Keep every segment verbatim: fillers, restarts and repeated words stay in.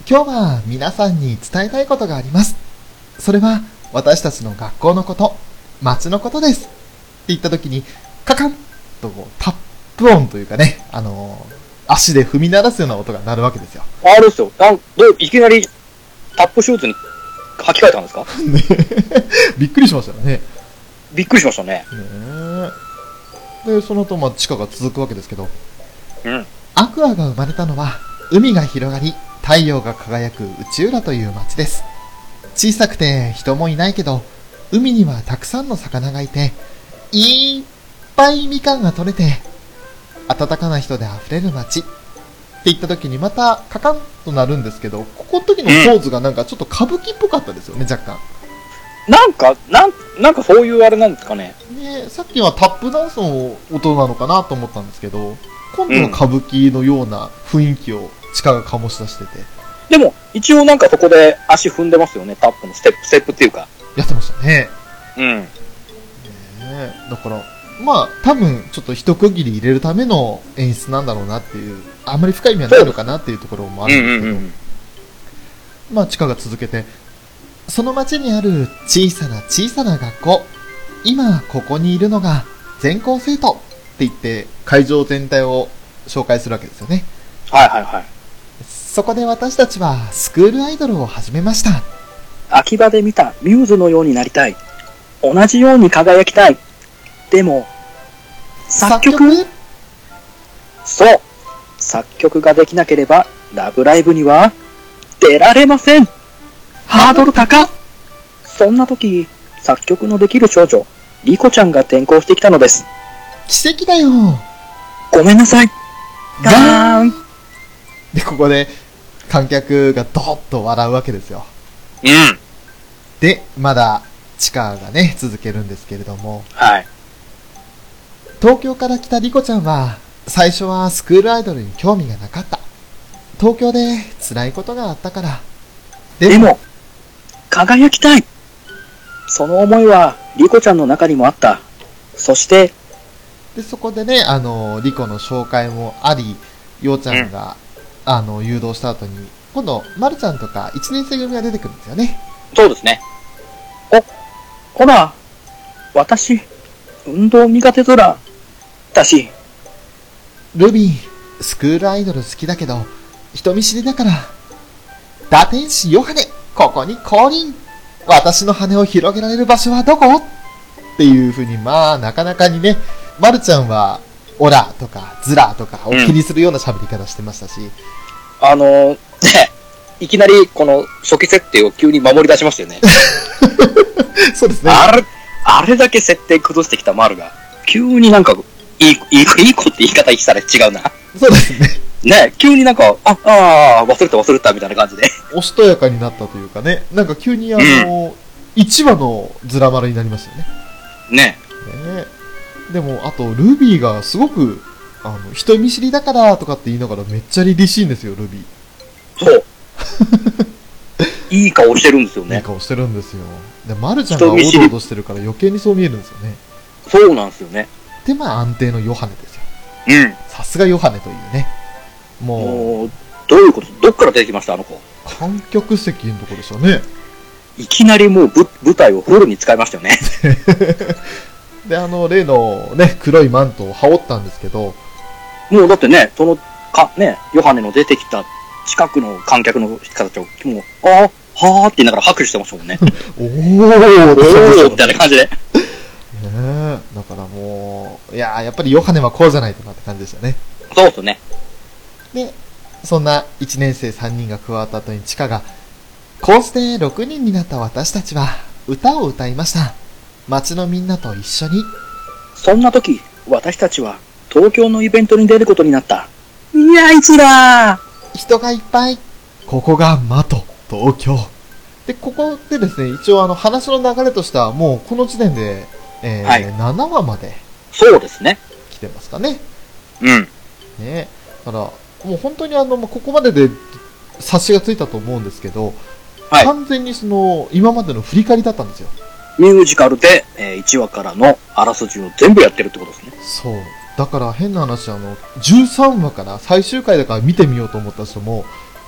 今日は皆さんに伝えたいことがあります。それは私たちの学校のこと、街のことです。って言った時に、カカンとこうタップ音というかね、あのー、足で踏み鳴らすような音が鳴るわけですよ。 あれですよ。なんどいきなりタップシューズに履き替えたんですかねびっくりしましたよね。 びっくりしましたね。 ねで、その後、まあ、地下が続くわけですけど、 うん。 アクアが生まれたのは、海が広がり、太陽が輝く内浦という町です。小さくて人もいないけど、海にはたくさんの魚がいて、いっぱいみかんが取れて、温かな人で溢れる町って言った時にまたカカンとなるんですけど、ここの時のポーズがなんかちょっと歌舞伎っぽかったですよね、若干。 なんか、なん、なんかそういうあれなんですかね。 ね、さっきはタップダンスの音なのかなと思ったんですけど、今度は歌舞伎のような雰囲気を地下が醸し出してて。 でも、一応なんかそこで足踏んでますよね、タップのステップ、ステップっていうか。 やってましたね。 うん。 ねだから、まあ、多分、ちょっと一区切り入れるための演出なんだろうなっていう、あんまり深い意味はないのかなっていうところもあるんですけど、うんうんうん、まあ、地下が続けて、その町にある小さな小さな学校、今ここにいるのが全校生徒って言って会場全体を紹介するわけですよね。 はいはいはい。 そこで私たちはスクールアイドルを始めました。 秋葉で見たミューズのようになりたい。同じように輝きたい。でも、作曲?作曲そう。作曲ができなければ、ラブライブには出られません。ハードル高っ。そんな時、作曲のできる少女、リコちゃんが転校してきたのです。 奇跡だよ。 ごめんなさい。ガーン。 で、ここで観客がドーッと笑うわけですよ。 うん。 で、まだ地下がね、続けるんですけれども。 はい。 東京から来たリコちゃんは、最初はスクールアイドルに興味がなかった。東京で辛いことがあったから。 でも、でも輝きたい。その思いはリコちゃんの中にもあった。そして、 で、そこでね、あの、リコの紹介もあり、ようちゃんが、うん、あの、誘導した後に、今度、まるちゃんとかいちねん生組が出てくるんですよね。 そうですね。お、ほら、私、運動苦手空だし。 ルビー、スクールアイドル好きだけど、人見知りだから、打天使ヨハネ、ここに降臨。私の羽を広げられる場所はどこっていう風に、まあ、なかなかにね、まるちゃんは、オラとか、ズラとかを気にするような喋り方してましたし。うん、 あのー、ね、いきなりこの初期設定を急に守り出しましたよね。 そうですね。 あれ、あれだけ設定崩してきたマルが、急になんか、いい、いい子、いい子って言い方したら違うな。 そうですね。 ね、急になんか、あ、ああ、忘れた忘れたみたいな感じで。 おしとやかになったというかね、なんか急にあの、うん、いちわのズラ丸になりましたよね。 ね。 ね。でも、あと、ルビーがすごく、あの、人見知りだからとかって言いながらめっちゃ凛々しいんですよ、ルビー。 そう。いい顔してるんですよね。 いい顔してるんですよ。で、マルちゃんがおどおどしてるから余計にそう見えるんですよね。 そうなんですよね。 で、まあ安定のヨハネですよ。 うん。 さすがヨハネというね。もう、 もうどういうことどっから出てきましたあの子。 観客席のところでしょうね。 いきなりもうぶ舞台をフルに使いましたよね。 で、あの、例のね、黒いマントを羽織ったんですけど。 もうだってね、その、か、ね、ヨハネの出てきた近くの観客の人たちを、もう、ああ、はあって言いながら拍手してましたもんね。 おー、 おーみたいな感じで。 ねえ、だからもう、いやー、やっぱりヨハネはこうじゃないとなって感じでしたね。 そうですね。 で、そんないちねん生さんにんが加わった後にチカが、こうしてろくにんになった私たちは歌を歌いました。町のみんなと一緒に。 そんな時、私たちは東京のイベントに出ることになった。いや、あいつら人がいっぱい。ここがマト、東京。で、ここでですね、一応あの話の流れとしてはもうこの時点で、えーはい、ななわまで。 そうですね。 来てますかね。 うん。 ね、だから、もう本当にあの、ここまでで察しがついたと思うんですけど、はい、完全にその、今までの振り返りだったんですよ。 ミュージカルで、えー、いちわからのあらすじを全部やってるってことですね。 そう。だから変な話、あの、じゅうさんわから最終回だから見てみようと思った人も、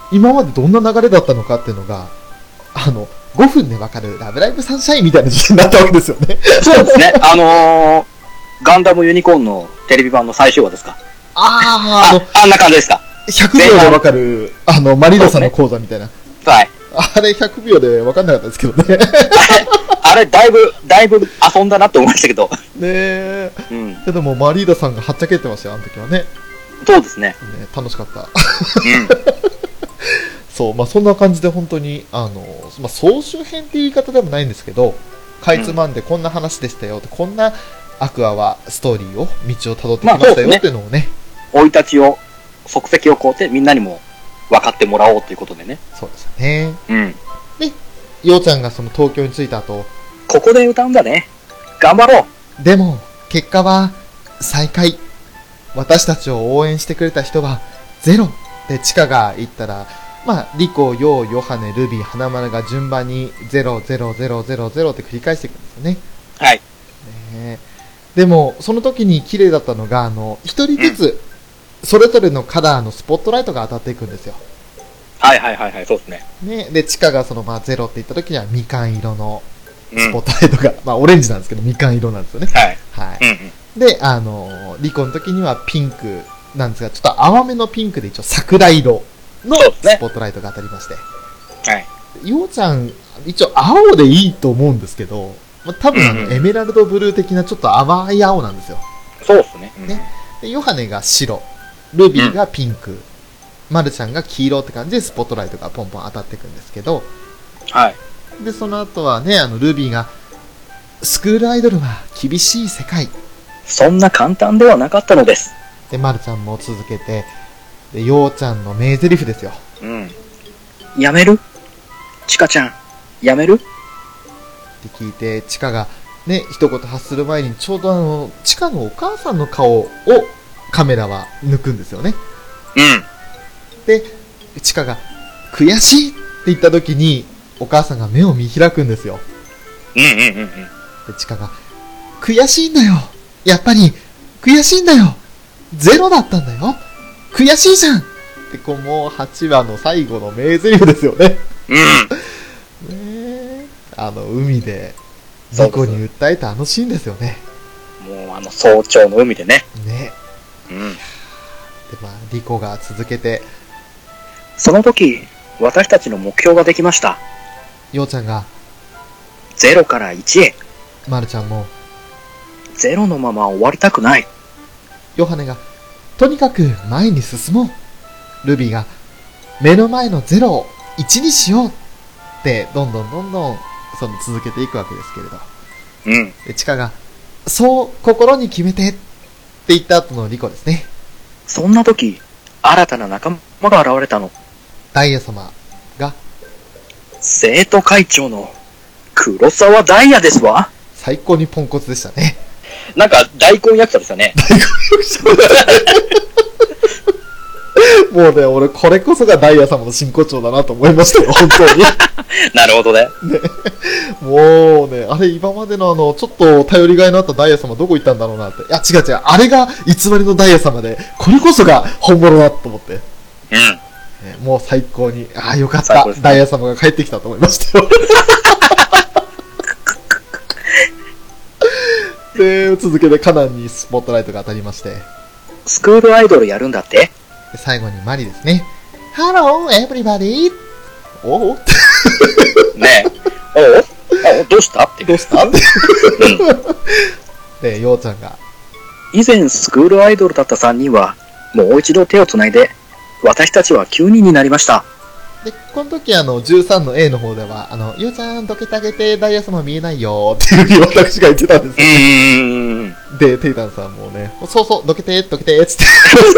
今までどんな流れだったのかっていうのが、あの、ごふんでわかるラブライブサンシャインみたいな時期になったわけですよね。 そうですね。あのー、ガンダムユニコーンのテレビ版の最終話ですか。 あー、あの、 あ、あんな感じですか。 ひゃくびょうでわかる、あの、マリダさんの講座みたいな。 はい。 あれひゃくびょうでわかんなかったですけどね。 あれ、だいぶ、だいぶ遊んだなって思いましたけど。 ねえ。 うん。 でも、マリーダさんがはっちゃけてましたよ、あの時はね。 そうですね。 ね、楽しかった。 うん。 そう、まあそんな感じで本当に、あの、まあ総集編っていう言い方でもないんですけど、かいつまんでこんな話でしたよって、こんなアクアはストーリーを、道を辿ってきましたよっていうのをね。 生い立ちを、足跡をこうてみんなにも分かってもらおうということでね。 そうですよね。 うん。 で、ようちゃんがその東京に着いた後、 ここで歌うんだね。頑張ろう。でも、結果は、再会。私たちを応援してくれた人は、ゼロ。で、チカが言ったら、まあ、リコ、ヨウ、ヨハネ、ルビー、花丸が順番にゼロ、ゼロ、ゼロ、ゼロ、ゼロって繰り返していくんですよね。 はい。 ねでも、その時に綺麗だったのが、あの、一人ずつ、それぞれのカラーのスポットライトが当たっていくんですよ。 はいはいはいはい、そうですね。 ね。で、チカがその、まあ、ゼロって言った時には、みかん色のスポットライトが、うん、まあ、オレンジなんですけど、みかん色なんですよね。 はい。 はい。 うんうんで、あの、リコの時にはピンクなんですが、ちょっと淡めのピンクで一応桜色のスポットライトが当たりまして。 はい。 ようちゃん、一応青でいいと思うんですけど、まあ、多分あの、うんうん、エメラルドブルー的なちょっと淡い青なんですよ。 そうですね。うん、 ね。で、ヨハネが白、ルビーがピンク、うん、マルちゃんが黄色って感じでスポットライトがポンポン当たっていくんですけど、 はい。 で、その後はね、あの、ルビーが、スクールアイドルは厳しい世界。 そんな簡単ではなかったのです。 で、まるちゃんも続けて、で、ようちゃんの名台詞ですよ。 うん。やめる？ちかちゃん、やめる？ って聞いて、ちかがね、一言発する前に、ちょうどあの、ちかのお母さんの顔をカメラは抜くんですよね。 うん。 で、ちかが、悔しいって言った時に、お母さんが目を見開くんですよ。 うんうんうんうん。 で、ちかが、悔しいんだよ。やっぱり、悔しいんだよ。ゼロだったんだよ。悔しいじゃん。ってこう、もうはちわの最後の名台詞ですよね。 うん。 ねえ。あの、海で、リコに訴えたあのシーンですよね。 もうあの早朝の海でね。 ね。 うん。 で、まあ、リコが続けて。 その時、私たちの目標ができました。 ようちゃんが、 ゼロからいちへ。 まるちゃんも、 ゼロのまま終わりたくない。 ヨハネが、とにかく前に進もう。ルビーが、目の前のゼロをいちにしようって、どんどんどんどん、その続けていくわけですけれど。 うん。 で、チカが、そう心に決めてって言った後のリコですね。 そんな時、新たな仲間が現れたの。 ダイヤ様が、 生徒会長の黒沢ダイヤですわ。 最高にポンコツでしたね。 なんか大根役者でしたね。 大根役者もうね、俺これこそがダイヤ様の真骨頂だなと思いましたよ、本当に。 なるほどね。 ね。もうね、あれ今までのあの、ちょっと頼りがいのあったダイヤ様どこ行ったんだろうなって。いや、違う違う。あれが偽りのダイヤ様で、これこそが本物だと思って。 うん。 ね、もう最高に、ああ、よかった、ね。ダイヤ様が帰ってきたと思いましたよ。で、続けてカナンにスポットライトが当たりまして。 スクールアイドルやるんだって？ で最後にマリですね。Hello, everybody! おおねえ。おおどうしたって。 どうしたって。で、ようちゃんが。 以前スクールアイドルだったさんにんは、もう一度手をつないで、私たちはきゅうにんになりました。 で、この時あの、じゅうさんの A の方では、あの、ゆうちゃんどけてあげて、ダイヤ様見えないよっていうふうに私が言ってたんですよ、ね。で、テイタンさんもね、そうそう、どけて、どけて、つって。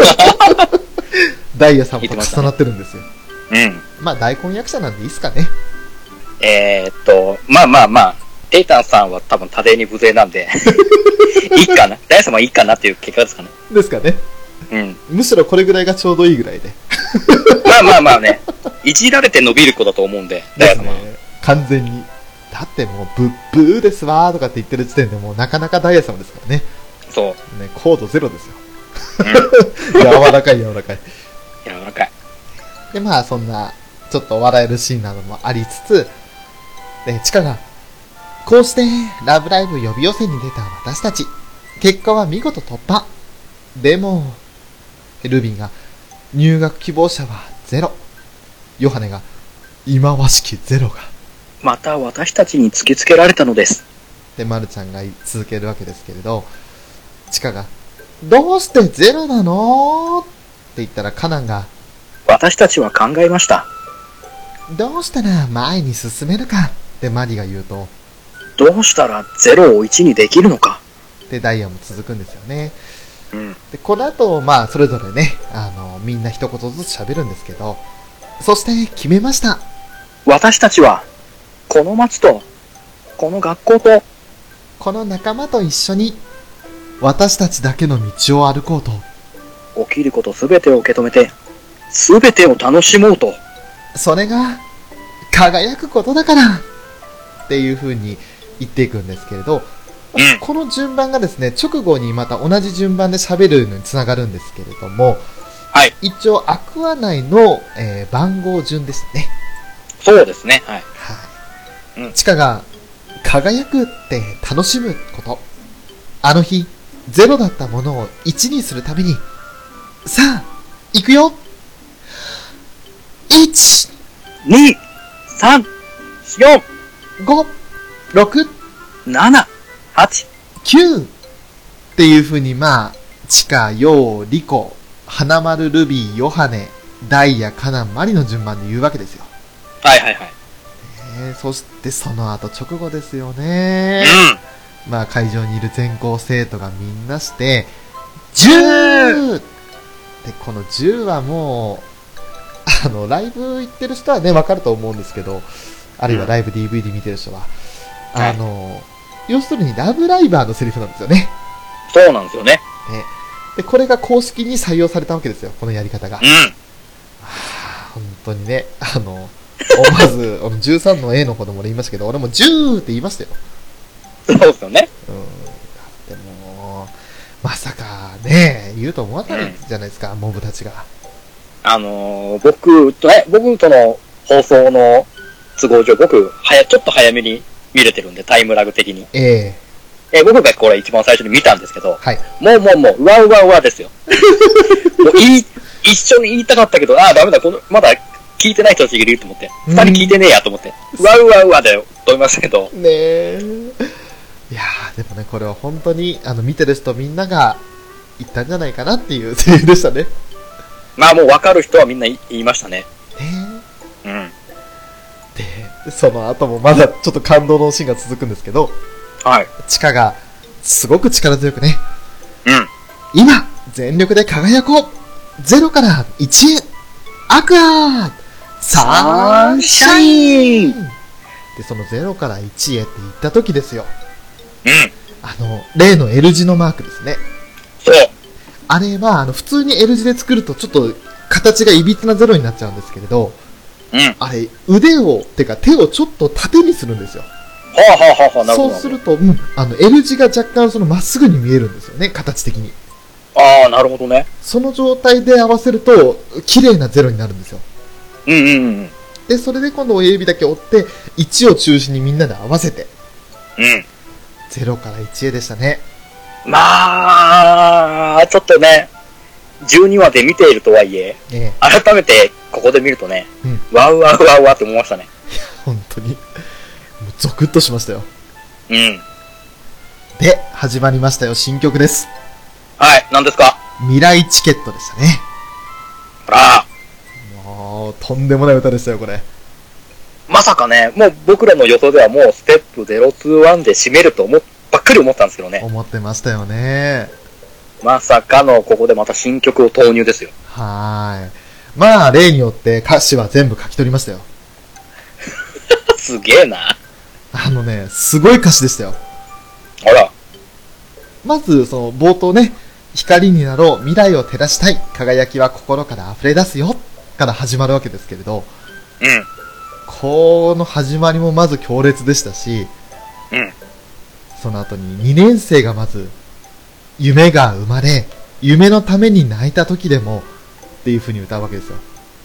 ダイヤ様と重なってるんですよ。 ね、うん。 まあ、大根役者なんでいいっすかね。 えーっと、まあまあまあ、テイタンさんは多分多勢に無勢なんで、いいかな。ダイヤ様いいかなっていう結果ですかね。 ですかね。うん。むしろこれぐらいがちょうどいいぐらいで。 まあまあまあね、いじられて伸びる子だと思うんで、ダイヤ様。 ね、完全に。だってもう、ブッブーですわーとかって言ってる時点でもうなかなかダイヤ様ですからね。 そう。 ね、高度ゼロですよ。 うん、 柔らかい柔らかい。 柔らかい。 で、まあそんな、ちょっと笑えるシーンなどもありつつ、で、チカが、こうして、ラブライブ予備予選に出た私たち。結果は見事突破。でも、ルビーが、入学希望者はゼロ。ヨハネが、忌まわしきゼロが。 また私たちに突きつけられたのです。 で、マルちゃんが言い続けるわけですけれど、チカが、どうしてゼロなのって言ったらカナンが、 私たちは考えました。 どうしたら前に進めるかってマリが言うと、 どうしたらゼロをいちにできるのか。 で、ダイヤも続くんですよね。 うん。 で、この後、まあ、それぞれね、あの、みんな一言ずつ喋るんですけど、そして決めました。 私たちは、この町と、この学校と、 この仲間と一緒に、私たちだけの道を歩こうと。 起きることすべてを受け止めて、すべてを楽しもうと。 それが、輝くことだからっていう風に言っていくんですけれど、 うん、 この順番がですね、直後にまた同じ順番で喋るのにつながるんですけれども、 はい。 一応、アクア内の、えー、番号順ですね。 そうですね。はい。 はい。 うん。 チカが、輝くって楽しむこと。あの日、ゼロだったものをいちにするために、さあ、行くよ !いち、 に、さん、よん、 ご、ろく、 なな、はち、 きゅうっていう風に、まあ、チカ、ヨウ、リコ、花丸、ルビー、ヨハネ、ダイヤ、カナン、マリの順番で言うわけですよ。 はいはいはい。 えー、そしてその後直後ですよね。 うん。 まあ会場にいる全校生徒がみんなして、じゅう! で、このじゅうはもう、あの、ライブ行ってる人はね、わかると思うんですけど、あるいはライブ ディーブイディー 見てる人は、うん、あの、要するにラブライバーのセリフなんですよね。 そうなんですよね。ね。 で、これが公式に採用されたわけですよ、このやり方が。 うん。はあ、本当にね、あの、思わず、あのじゅうさんの A の子供で言いましたけど、俺もじゅうって言いましたよ。 そうですよね。 うん。でも、まさかね、言うと思わないじゃないですか、うん、モブたちが。 あのー、僕とね、僕との放送の都合上、僕、はや、ちょっと早めに見れてるんで、タイムラグ的に。 えええ、僕がこれ一番最初に見たんですけど、 はい。 もうもうもう、うわうわうわですよ。もう言い、一緒に言いたかったけど、ああ、ダメだ、この、まだ聞いてない人たちがいると思って、二人聞いてねえやと思って、うわうわうわだよ、と思いましたけど。 ねえ。いやー、でもね、これは本当に、あの、見てる人みんなが言ったんじゃないかなっていうセリフでしたね。 まあもう分かる人はみんな言いましたね。 ねえ。うん。 で、その後もまだちょっと感動のシーンが続くんですけど、 はい。 チカが、すごく力強くね、 うん。 今、全力で輝こうゼロからいちへアクアサンシャインで、そのゼロからいちへって言った時ですよ。 うん。 あの、例の L 字のマークですね。 そう。 あれは、あの、普通に L 字で作るとちょっと形が歪なゼロになっちゃうんですけれど、 うん。 あれ、腕を、てか手をちょっと縦にするんですよ。 はあはあはあはあ、なるほど。 そうすると、うん、あの、L 字が若干そのまっすぐに見えるんですよね、形的に。 ああ、なるほどね。 その状態で合わせると、綺麗なゼロになるんですよ。 うんうんうん。 で、それで今度親指だけ折って、いちを中心にみんなで合わせて。 うん。 ゼロからいちへでしたね。 まあ、ちょっとね、じゅうにわで見ているとはいえ、 ええ、 改めてここで見るとね、 うん、 ワウワウワウワって思いましたね。 いや、本当に。もうゾクッとしましたよ。 うん。 で、始まりましたよ、新曲です。 はい、何ですか？ 未来チケットでしたね。 ほら。 もう、とんでもない歌でしたよ、これ。 まさかね、もう僕らの予想ではもうステップゼロツーワンで締めると思っ、ばっかり思ったんですけどね。 思ってましたよね。 まさかのここでまた新曲を投入ですよ。 はーい。まあ、例によって歌詞は全部書き取りましたよ。 すげえな。 あのね、すごい歌詞でしたよ。 あら。 まず、その、冒頭ね、光になろう、未来を照らしたい、輝きは心から溢れ出すよ、から始まるわけですけれど、 うん。 この始まりもまず強烈でしたし、 うん。 その後ににねん生がまず、夢が生まれ、夢のために泣いた時でも、っていう風に歌うわけですよ。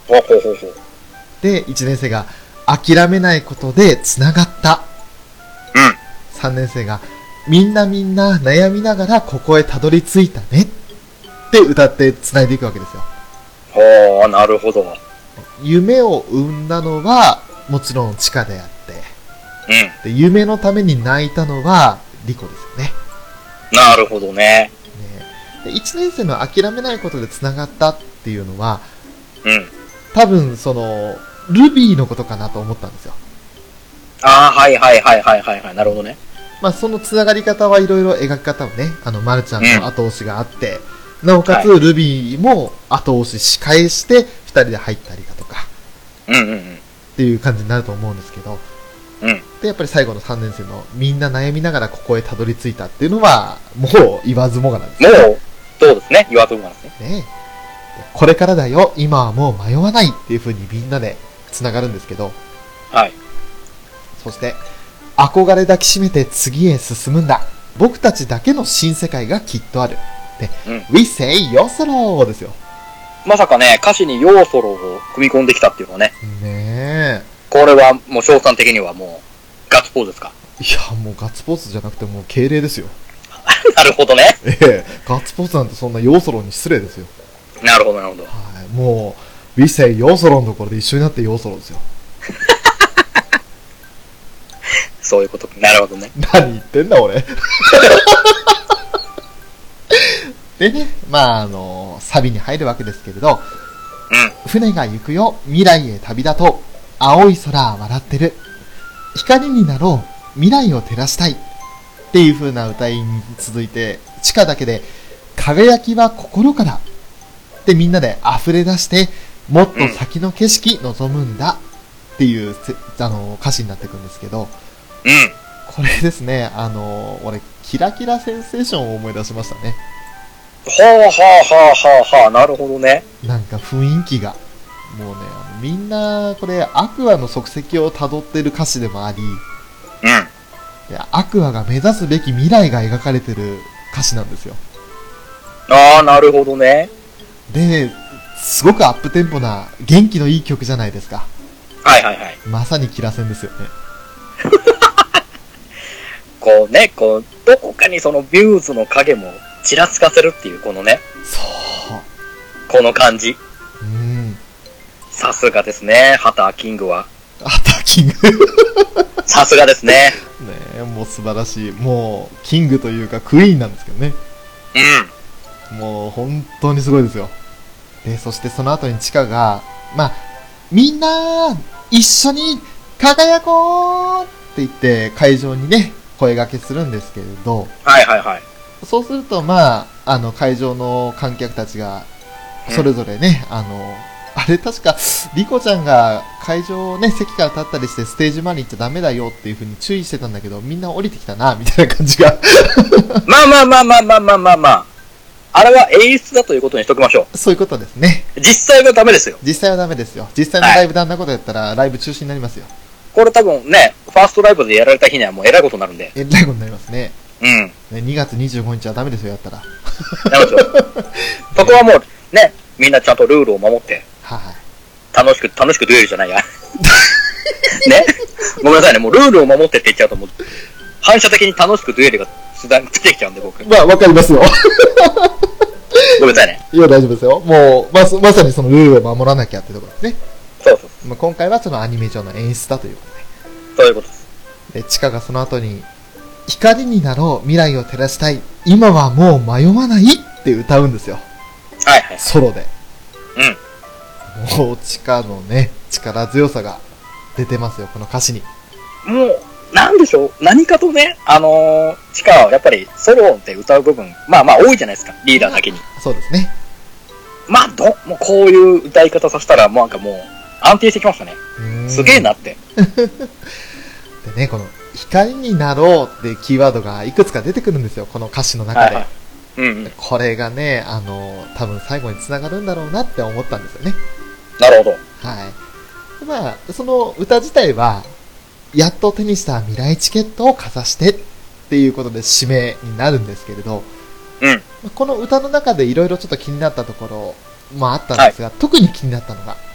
ほうほうほうほう。 で、いちねん生が諦めないことで繋がった。 うん。 さんねん生がみんなみんな悩みながらここへたどり着いたねって歌って繋いでいくわけですよ。 ほう、なるほど。 夢を生んだのはもちろんチカであって、 うん。 で夢のために泣いたのはリコですよね。 なるほどね。 ねでいちねん生の諦めないことで繋がったっていうのは、 うん。 多分そのルビーのことかなと思ったんですよ。 ああ、はいはいはいはいはいはい。なるほどね。 まあその繋がり方はいろいろ描き方をね、あの、まるちゃんの後押しがあって、うん、なおかつ、 はい、 ルビーも後押しし返して二人で入ったりだとか、 うんうんうん。 っていう感じになると思うんですけど、 うん。 で、やっぱり最後のさんねん生のみんな悩みながらここへたどり着いたっていうのは、もう言わずもがなですね。もう、そうですね。言わずもがなですね。 ねこれからだよ、今はもう迷わないっていう風にみんなで繋がるんですけど、 はい。 そして、憧れ抱きしめて次へ進むんだ。僕たちだけの新世界がきっとある。で、うん、We say ヨソロですよ。 まさかね、歌詞にヨソロを組み込んできたっていうのはね。 ねえ。 これはもう翔さん的にはもうガッツポーズですか？ いや、もうガッツポーズじゃなくてもう敬礼ですよ。 なるほどね。 ええ、ガッツポーズなんてそんなヨソロに失礼ですよ。 なるほどなるほど。 はい、もう We say ヨソロのところで一緒になってヨソロですよ。 そういうこと。なるほどね。 何言ってんだ俺。でね、まああのサビに入るわけですけれど、 うん、 船が行くよ未来へ旅立とう、青い空笑ってる、光になろう未来を照らしたいっていう風な歌いに続いて、地下だけで輝きは心からってみんなで溢れ出して、もっと先の景色望むんだっていう、あの歌詞になっていくんですけど、 うん。 これですね、あのー、俺、キラキラセンセーションを思い出しましたね。 はあはあはあはあはあ、なるほどね。 なんか雰囲気が。もうね、あのみんな、これ、アクアの足跡を辿ってる歌詞でもあり、 うん。 でアクアが目指すべき未来が描かれてる歌詞なんですよ。 ああ、なるほどね。 で、すごくアップテンポな、元気のいい曲じゃないですか。 はいはいはい。 まさにキラセンですよね。 こうね、こう、どこかにそのミューズの影もちらつかせるっていう、このね。 そう。 この感じ。 うん。 さすがですね、ハターキングは。 ハターキングさすがですね。 ねえ、もう素晴らしい。もう、キングというかクイーンなんですけどね。 うん。 もう、本当にすごいですよ。で、そしてその後にチカが、まあ、みんな、一緒に輝こうって言って会場にね、声掛けするんですけれど、 はいはいはい。 そうすると、まあ、あの、会場の観客たちが、それぞれね、うん、あの、あれ確か、リコちゃんが会場ね、席から立ったりしてステージ前に行っちゃダメだよっていう風に注意してたんだけど、みんな降りてきたな、みたいな感じが。 まあまあまあまあまあまあまあまあ。あれは演出だということにしときましょう。 そういうことですね。 実際はダメですよ。 実際はダメですよ。実際のライブであんなことやったら、ライブ中止になりますよ。 これ多分ね、ファーストライブでやられた日にはもうえらいことになるんで。 えらいことになりますね。 うん。 ね、にがつにじゅうごにちはダメですよ、やったら。 ダメですよ。そこはもう、ね、みんなちゃんとルールを守って。 はい、 楽しく、楽しくデュエルじゃないや。ね。ごめんなさいね、もうルールを守ってって言っちゃうともう、反射的に楽しくデュエルが出てきちゃうんで、僕。 まあ、わかりますよ。 ごめんなさいね。 いや、大丈夫ですよ。もう、ま、まさにそのルールを守らなきゃってところですね。 そうそう。 まあ、今回はそのアニメ上の演出だということで。 そういうことです。 で、チカがその後に、光になろう、未来を照らしたい、今はもう迷わないって歌うんですよ。 はいはい。 ソロで。 うん。 もう、チカのね、力強さが出てますよ、この歌詞に。 もう、なんでしょう、何かとね、あのー、チカはやっぱりソロで歌う部分、まあまあ多いじゃないですか、リーダーだけに。 そうですね。 まあ、ど、もうこういう歌い方させたら、もうなんかもう、安定してきましたね。すげえなって。 でね、この、光になろうってキーワードがいくつか出てくるんですよ、この歌詞の中で。はいはい、 うん、うん。 これがね、あの、多分最後に繋がるんだろうなって思ったんですよね。 なるほど。 はい。まあ、その歌自体は、やっと手にした未来チケットをかざしてっていうことで締めになるんですけれど、 うん。 この歌の中でいろいろちょっと気になったところもあったんですが、はい、特に気になったのが、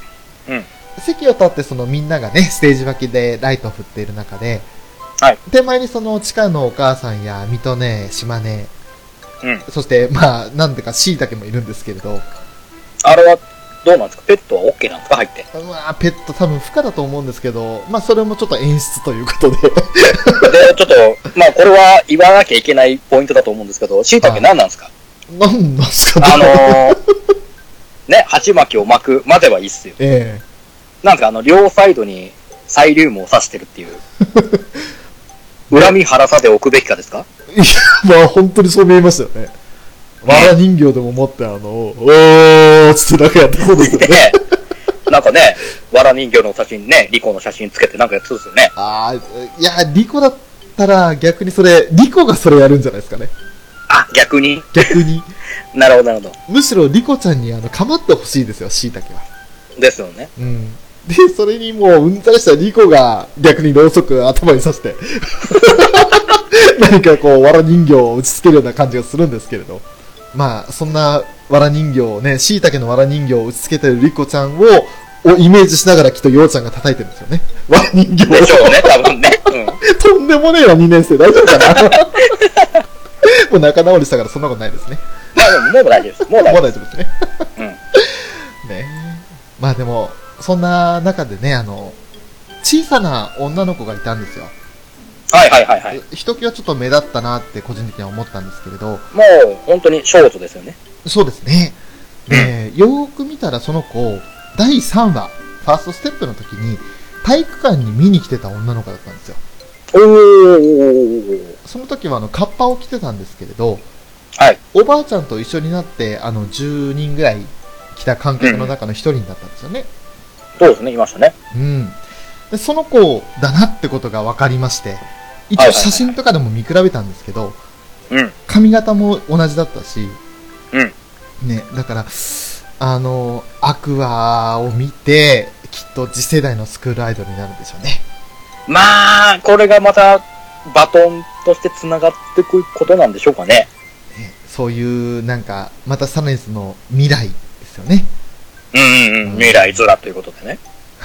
うん。 席を立ってそのみんながね、ステージ脇でライトを振っている中で、 はい。 手前にその地下のお母さんや水戸姉、島根、 うん。 そしてまあ、なんでか椎茸もいるんですけれど、 あれは、どうなんですか？ペットは OK なんですか？入って。 まあ、ペット多分不可だと思うんですけど、まあそれもちょっと演出ということで。 で、ちょっと、まあこれは言わなきゃいけないポイントだと思うんですけど、椎茸何なんですか？ なんなんすかね。 あのー、ね、鉢巻きを巻くまではいいっすよ。 えなんかあの、両サイドにサイリウムを刺してるっていう。恨み腹さで置くべきかですか？ え。いや、まあ本当にそう見えますよね。わら人形でも持ってあの、おーつってなんかやってそうですよね。 ね、なんかね、わら人形の写真ね、リコの写真つけてなんかやってそうですよね。 ああ、いや、リコだったら逆にそれ、リコがそれやるんじゃないですかね。 あ、逆に逆に。 なるほど、なるほど。 むしろリコちゃんにあの、構ってほしいですよ、椎茸は。 ですよね。 うん。で、それにもう、うんざりしたリコが逆にろうそく頭に刺して、何かこう、わら人形を打ち付けるような感じがするんですけれど。まあ、そんなわら人形をね、椎茸のわら人形を打ち付けてるリコちゃんを、をイメージしながらきっとヨウちゃんが叩いてるんですよね。わら人形を。 でしょうね、多分ね。うん。 とんでもねえわ、にねん生。大丈夫かなもう仲直りしたからそんなことないですね。 まあでも、もう大丈夫です。もう大丈夫です。 もう大丈夫ですね。 うん。 ねえ。まあでも、そんな中でね、あの、小さな女の子がいたんですよ。 はいはいはいはい。 ひときわちょっと目立ったなって個人的には思ったんですけれど。 もう、本当にショートですよね。 そうですね。で、よーく見たらその子、だいさんわ、ファーストステップの時に、体育館に見に来てた女の子だったんですよ。 おー。 その時はあの、カッパを着てたんですけれど、 はい。 おばあちゃんと一緒になって、あの、じゅうにんぐらい来た観客の中のひとりだったんですよね。 そうですね、いましたね。 うん。で、その子だなってことが分かりまして、一応写真とかでも見比べたんですけど、 うん。 髪型も同じだったし、 うん。 ね、だから、あの、アクアを見て、きっと次世代のスクールアイドルになるんでしょうね。 まあ、これがまた、バトンとして繋がっていくことなんでしょうかね。 ね、そういう、なんか、またさらにその未来ですよね。 うんうんうん。未来面ということでね。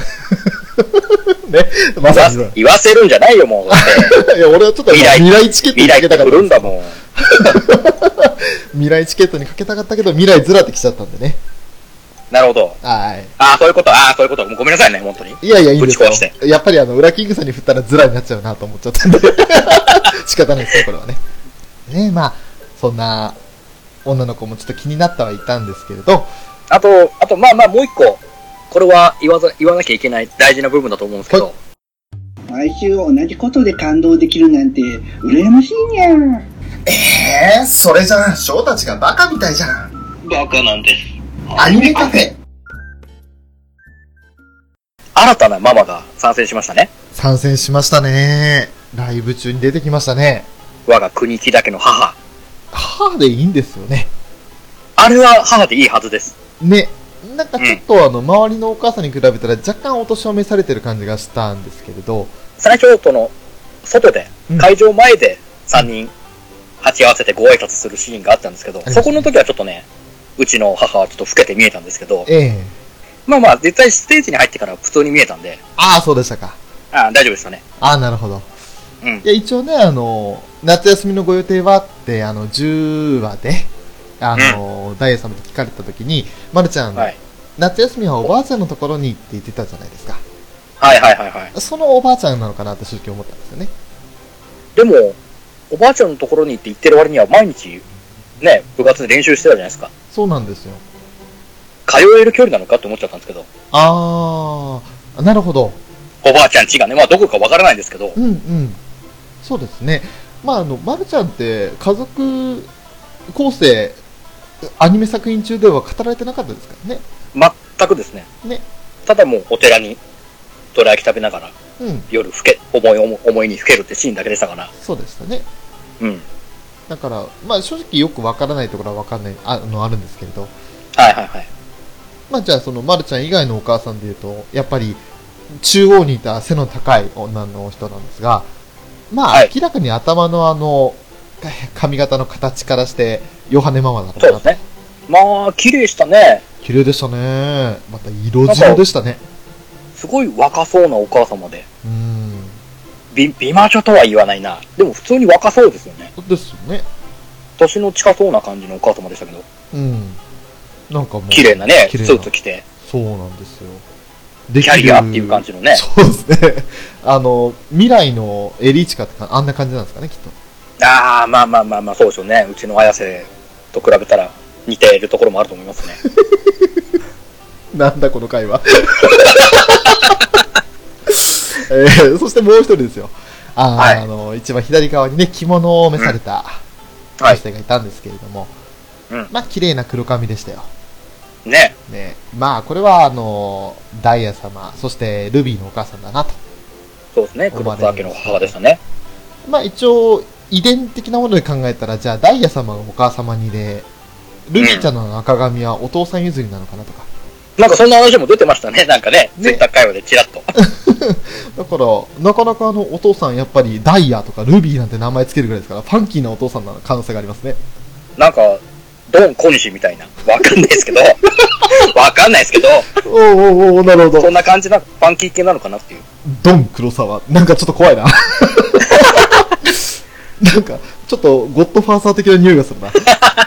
ね、まさに言わせるんじゃないよ、もう。だっていや、俺はちょっと未来、未来チケットにかけたかった。 未来って来るんだもん。 未来チケットにかけたかったけど、未来ずらってきちゃったんでね。 なるほど。 はい。 ああ、そういうこと、ああ、そういうこと。もうごめんなさいね、本当に。 いやいや、いいんですよ。 ぶち壊して。 やっぱりあの、裏キングさんに振ったらずらになっちゃうなと思っちゃったんで。仕方ないですね、これはね。ね、まあ、そんな、女の子もちょっと気になってはいたんですけれど。 あと、あと、まあまあ、もう一個。これは言わざ、言わなきゃいけない大事な部分だと思うんですけど。 毎週同じことで感動できるなんて、羨ましいにゃん。 ええー、それじゃあ、翔たちがバカみたいじゃん。 バカなんです。 アニメカフェ。 新たなママが参戦しましたね。 参戦しましたね。ライブ中に出てきましたね。 我が国木田家の母。 母でいいんですよね。 あれは母でいいはずです。 ね。なんかちょっと、うん、あの、周りのお母さんに比べたら若干お年を召されてる感じがしたんですけれど。 最初、その、外で、会場前でさんにん鉢合わせてご挨拶するシーンがあったんですけど、うん、そこの時はちょっとね、うちの母はちょっと老けて見えたんですけど、 ええ、 まあまあ、実際ステージに入ってから普通に見えたんで。 ああ、そうでしたか。 ああ、大丈夫でしたね。 ああ、なるほど。うん。いや、一応ね、あの、夏休みのご予定はって、あの、じゅうわで、あの、うん、ダイエ様と聞かれた時に、まるちゃん、はい、夏休みはおばあちゃんのところにって言ってたじゃないですか。 はいはいはいはい。 そのおばあちゃんなのかなって正直思ったんですよね。 でも、おばあちゃんのところにって言ってる割には毎日、ね、部活で練習してたじゃないですか。 そうなんですよ。 通える距離なのかって思っちゃったんですけど。 あー、なるほど。 おばあちゃん家がね、まあどこかわからないんですけど。 うんうん。そうですね。まああの、まるちゃんって家族構成、アニメ作品中では語られてなかったですからね。 全くですね。 ね。 ただもうお寺にどら焼き食べながら、 うん、 夜ふけ、思い思いにふけるってシーンだけでしたから。 そうでしたね。 うん。 だから、まあ正直よくわからないところはわかんない、あの、あるんですけれど。 はいはいはい。 まあじゃあそのまるちゃん以外のお母さんで言うと、やっぱり中央にいた背の高い女の人なんですが、まあ明らかに頭のあの、髪型の形からして、ヨハネママだったなと。 そうですね。まあ、綺麗したね。 綺麗でしたね。また色白でしたね。 すごい若そうなお母様で。 うん。 美、美魔女とは言わないな。でも普通に若そうですよね。 ですよね。 年の近そうな感じのお母様でしたけど。 うん。なんかもう。 綺麗なね、 綺麗なスーツ着て。 そうなんですよ。 キャリアっていう感じのね。 そうですね。あの、未来のエリーチカってかあんな感じなんですかね、きっと。 ああ、まあまあまあまあ、そうでしょうね。うちの綾瀬と比べたら似ているところもあると思いますね。 なんだこの会話。えー、そしてもう一人ですよ。あ、はい、あの、一番左側にね、着物を召された女性がいたんですけれども、うん、まあ、綺麗な黒髪でしたよ。 ね。 ね。まあ、これは、あの、ダイヤ様、そしてルビーのお母さんだなと。 そうですね、黒沢家の母でしたね。 まあ、一応、遺伝的なもので考えたら、じゃあ、ダイヤ様がお母様にで、ルビーちゃんの赤髪はお父さん譲りなのかなとか。 うん、なんかそんな話も出てましたね、なんかね、ツイッター会話でチラッと。 だから、なかなかあの、お父さんやっぱりダイヤとかルビーなんて名前つけるぐらいですから、ファンキーなお父さんの可能性がありますね。 なんか、ドン小西みたいな。わかんないですけど。わかんないですけど。 おーおーおー、なるほど。 そんな感じな、ファンキー系なのかなっていう。 ドン黒沢。なんかちょっと怖いな。なんか、ちょっとゴッドファーザー的な匂いがするな。ね、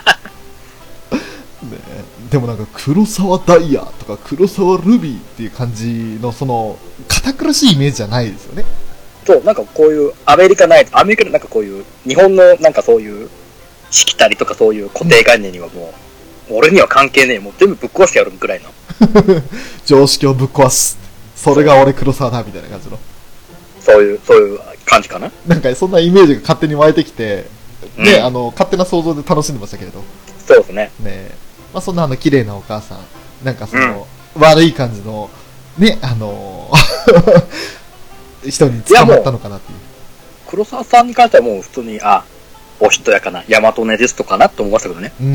でもなんか黒沢ダイヤとか黒沢ルビーっていう感じのその堅苦しいイメージじゃないですよね。 そう、なんかこういうアメリカない、アメリカのなんかこういう日本のなんかそういうしきたりとかそういう固定概念にはもう、うん、俺には関係ねえ、もう全部ぶっ壊してやるくらいの。 常識をぶっ壊す。それが俺黒沢だみたいな感じの。そういう、そういう感じかな。 なんかそんなイメージが勝手に湧いてきて、ね、うん、あの、勝手な想像で楽しんでましたけれど。 そうですね。 ね、まあそんなあの、綺麗なお母さん、なんかその、うん、悪い感じの、ね、あのー、人に捕まったのかなっていう。 黒沢さんに関してはもう普通に、あ、お人やかな、大和ネジストかなって思いましたけどね。 うん、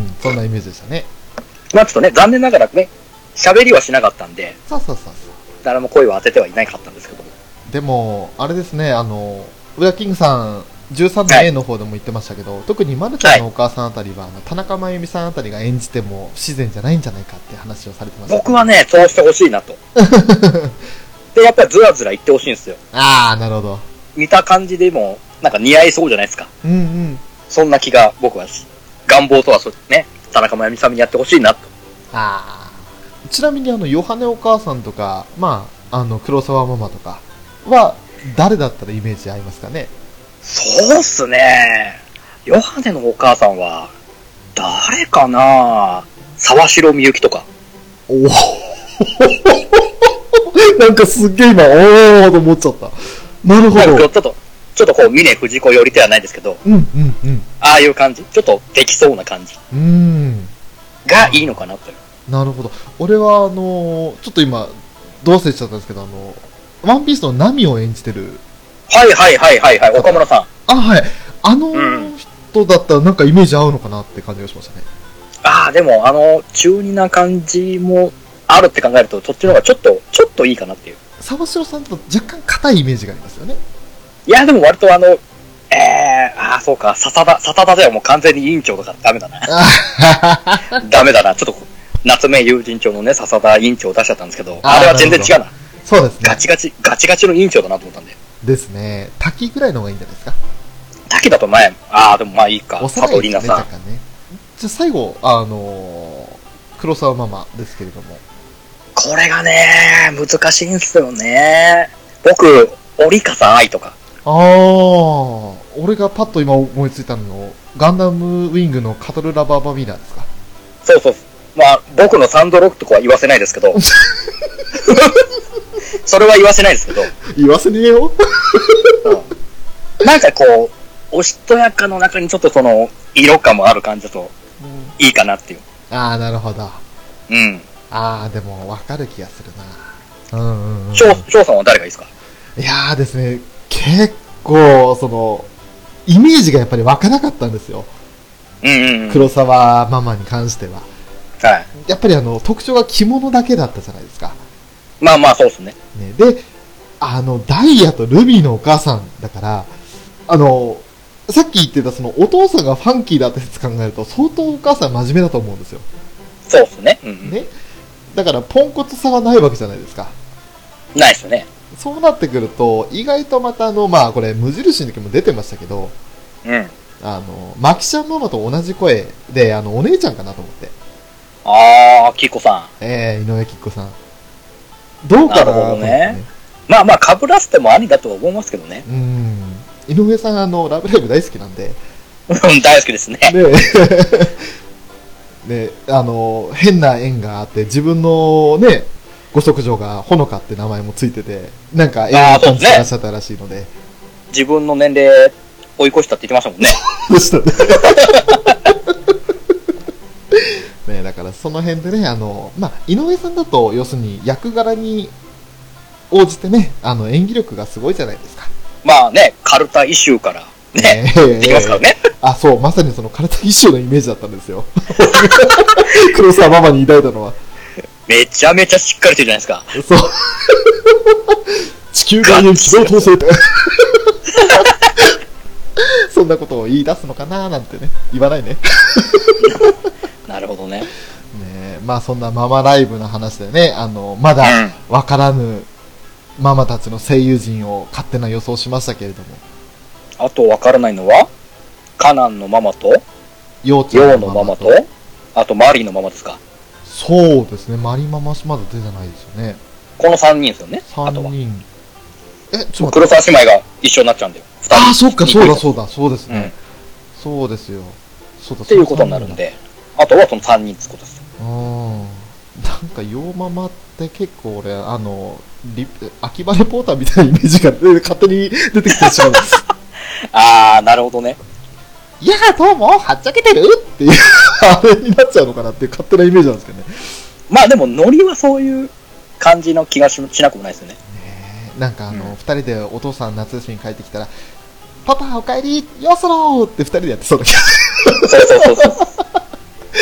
そんなイメージでしたね。 まあちょっとね、残念ながらね、喋りはしなかったんで、 そうそうそうそう。 誰も声を当ててはいなかったんですけども。 でも、あれですね、あの、ウラキングさん、じゅうさんの エー の方でも言ってましたけど、はい、特にマルちゃんのお母さんあたりは、はい、あの田中真由美さんあたりが演じても不自然じゃないんじゃないかって話をされてました。 僕はね、そうしてほしいなと。で、やっぱりずらずら言ってほしいんですよ。 ああ、なるほど。 見た感じでも、なんか似合いそうじゃないですか。 うんうん。 そんな気が僕はし、願望とはそうね、田中真由美さんにやってほしいなと。 ああ。ちなみにあの、ヨハネお母さんとか、まあ、あの、黒沢ママとかは、誰だったらイメージ合いますかね？ そうっすね。ヨハネのお母さんは、誰かな？沢城みゆきとか。 おおなんかすっげえ今、おーと思っちゃった。なるほど。 ちょっと、ちょっとこう、峰藤子寄りではないですけど、 うんうんうん。 ああいう感じ。ちょっとできそうな感じ。 うーん。 がいいのかなと。 なるほど。俺はあのー、ちょっと今、どう忘れちゃったんですけど、あの、ワンピースのナミを演じてる。 はいはいはいはいはい、岡村さん。 あ、はい。あの人だったらなんかイメージ合うのかなって感じがしましたね。 ああ、でもあの、中二な感じもあるって考えると、そっちの方がちょっと、ちょっといいかなっていう。 沢城さんと若干硬いイメージがありますよね。 いや、でも割とあの、えー、ああ、そうか、笹田、笹田ではもう完全に委員長だからダメだな。ダメだな。ちょっと、夏目友人長のね、笹田委員長を出しちゃったんですけど、あ, あれは全然違うな。 そうですね。 ガチガチ、ガチガチの委員長だなと思ったんで。 ですね。滝ぐらいの方がいいんじゃないですか。 滝だと前、ああ、でもまあいいか。佐藤里奈さん。 ね、じゃあ最後、あのー、黒沢ママですけれども。 これがね、難しいんすよね。僕、折笠愛とか。 ああ、俺がパッと今思いついたの、ガンダムウィングのカトルラバーバビーナーですか。 そうそう。まあ、僕のサンドロックとかは言わせないですけど。それは言わせないですけど。 言わせねえよ。 なんかこう、おしとやかの中にちょっとその、色感もある感じだと、いいかなっていう。 ああ、なるほど。 うん。 ああ、でも、わかる気がするな。うんうんうん。 翔さんは誰がいいですか？ いやーですね、結構、その、イメージがやっぱり湧かなかったんですよ。 うんうんうん。 黒沢ママに関しては。 はい。 やっぱりあの、特徴が着物だけだったじゃないですか。 まあまあ、そうですね。 ね。で、あの、ダイヤとルビーのお母さんだから、あの、さっき言ってたその、お父さんがファンキーだって説考えると、相当お母さん真面目だと思うんですよ。 そうっすね。うん、 ね。だから、ポンコツさはないわけじゃないですか。 ないっすよね。 そうなってくると、意外とまたあの、まあこれ、無印の時も出てましたけど、 うん。 あの、マキちゃんママと同じ声で、あの、お姉ちゃんかなと思って。 あー、キコさん。 えー、井上貴子さん。どうかなと思って、ね。 なるほどね。まあまあ、被らせてもありだとは思いますけどね。 うん。井上さん、あの、ラブライブ大好きなんで。 大好きですね。 ね、ね、あの、変な縁があって、自分のね、ご息女がほのかって名前もついてて、なんか縁を感じてらっしゃったらしいので。 自分の年齢追い越したって言ってましたもんね。 でしたね。ね、だからその辺でね、あの、まあ、井上さんだと、要するに役柄に応じてね、あの、演技力がすごいじゃないですか。 まあね、カルタイシューからね、ねできますからね。 あ、そう、まさにそのカルタイシューのイメージだったんですよ。黒沢ママに抱いたのは。 めちゃめちゃしっかりしてるじゃないですか。 そう。地球外へ軌道統制って。そんなことを言い出すのかなーなんてね、言わないね。 なるほどね。 ねえ、まあそんなママライブの話でね、あの、まだわからぬママたちの声優陣を勝手な予想しましたけれども。 あとわからないのは、カナンのママと、 ヨウちゃんのママと、 あとマリーのママですか。 そうですね、マリママしまだ出てないですよね。 このさんにんですよね。 さんにん。え、ちょっと黒沢姉妹が一緒になっちゃうんだよ。 ああ、そっか、そうだそうだ、そうですね。うん、そうですよ。そうだ、 っていうことになるんで、あとはそのさんにんってことです。 うん。なんか、ヨーママって結構俺、あの、リ秋葉レポーターみたいなイメージが勝手に出てきてしまうんです。 あー、なるほどね。 いやー、どうも、はっちゃけてるっていう、あれになっちゃうのかなっていう勝手なイメージなんですけどね。 まあでも、ノリはそういう感じの気が し, しなくもないですよね。 ね、なんかあの、うん、ふたりでお父さん夏休みに帰ってきたら、パパおかえりよそろーってふたりでやってそうだけど。 そうそうそうそう。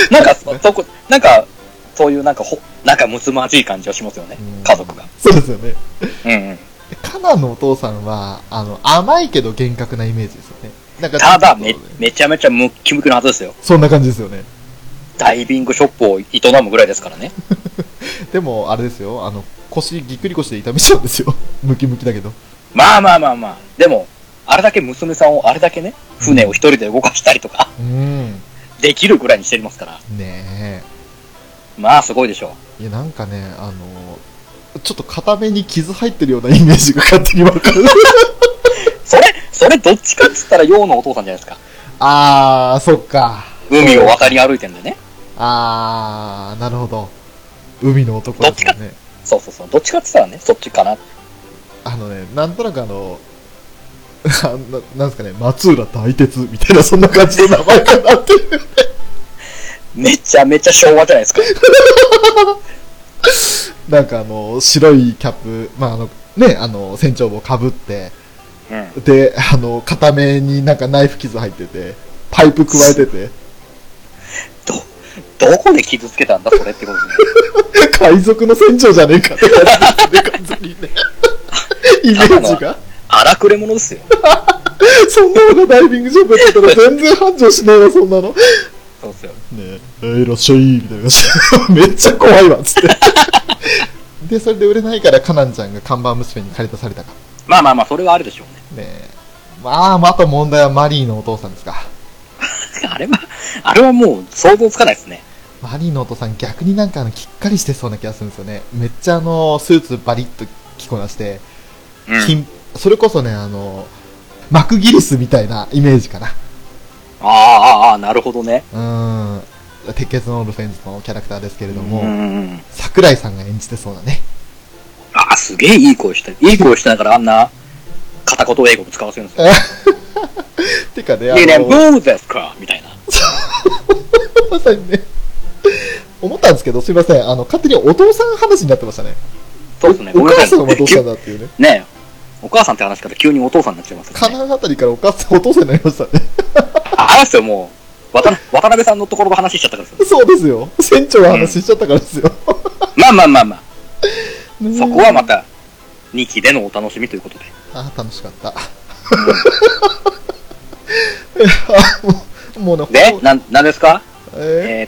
なんか、そこ、なんか、そういうなんかほ、なんかむつまじい感じはしますよね、うん、家族が。 そうですよね。 うんうん。 カナのお父さんは、あの、甘いけど厳格なイメージですよね。 なんかただめ、めちゃめちゃムッキムキなはずですよ。 そんな感じですよね。 ダイビングショップを営むぐらいですからね。 でも、あれですよ、あの、腰、ぎっくり腰で痛めちゃうんですよ。ムキムキだけど。 まあまあまあまあ。でも、あれだけ娘さんをあれだけね、船を一人で動かしたりとか、うん、できるぐらいにしてますから。 ねえ。 まあ、すごいでしょう。いや、なんかね、あの、ちょっと片目に傷入ってるようなイメージが勝手にわかる。 それ、それどっちかっつったら、ヨウのお父さんじゃないですか。 あー、そっか。 海を渡り歩いてんだよね。 あー、なるほど。海の男ですよね。 そうそうそう。どっちかって言ったらね、そっちかな。 あのね、なんとなくあの、な, なんですかね、松浦大鉄みたいな、そんな感じの名前かなっていう、ね。 めちゃめちゃ昭和じゃないですか。 なんかあの、白いキャップ、まああの、ね、あの、船長帽かぶって、うん、で、あの、片目になんかナイフ傷入ってて、パイプ加えてて。 ど、どこで傷つけたんだ、それってことですね。 海賊の船長じゃねえかって感じですね、完全にね。イメージが。 荒くれ者ですよ。 そんなのがダイビングショップやってたら全然繁盛しねえな、そんなの。 そうっすよ。 ねえ、いらっしゃい、みたいな感じ。めっちゃ怖いわ、つって。で、それで売れないから、カナンちゃんが看板娘に借り出されたか。 まあまあまあ、それはあるでしょうね。 ねえ。まあ、あと問題はマリーのお父さんですか。 あれは、あれはもう想像つかないですね。 マリーのお父さん逆になんかあの、きっかりしてそうな気がするんですよね。めっちゃあの、スーツバリッと着こなして、うん、それこそね、あの、マクギリスみたいなイメージかな。 ああ、ああ、なるほどね。 うん。鉄血のオルフェンズのキャラクターですけれども、桜井さんが演じてそうだね。 ああ、すげえいい声して、いい声してながらあんな片言英語も使わせるんですよ。 てかね、 あの、いいね、ブーですかみたいな。 まさにね。思ったんですけど、すいません。あの、勝手にお父さん話になってましたね。 そうですね。 お母さんはどうしたんだっていうね。 ねえ。お母さんって話から急にお父さんになっちゃいますね。 カナンあたりからお母さん、お父さんになりましたね。 あ、あれですよ、もう。渡, 渡辺さんのところの話しちゃったからですよ。そうですよ。船長の話しちゃったからですよ。 うん、まあまあまあまあ。そこはまた、にきでのお楽しみということで。 ああ、楽しかった。うん、もう、もうね。 で、な、なんですかえー、 えーと、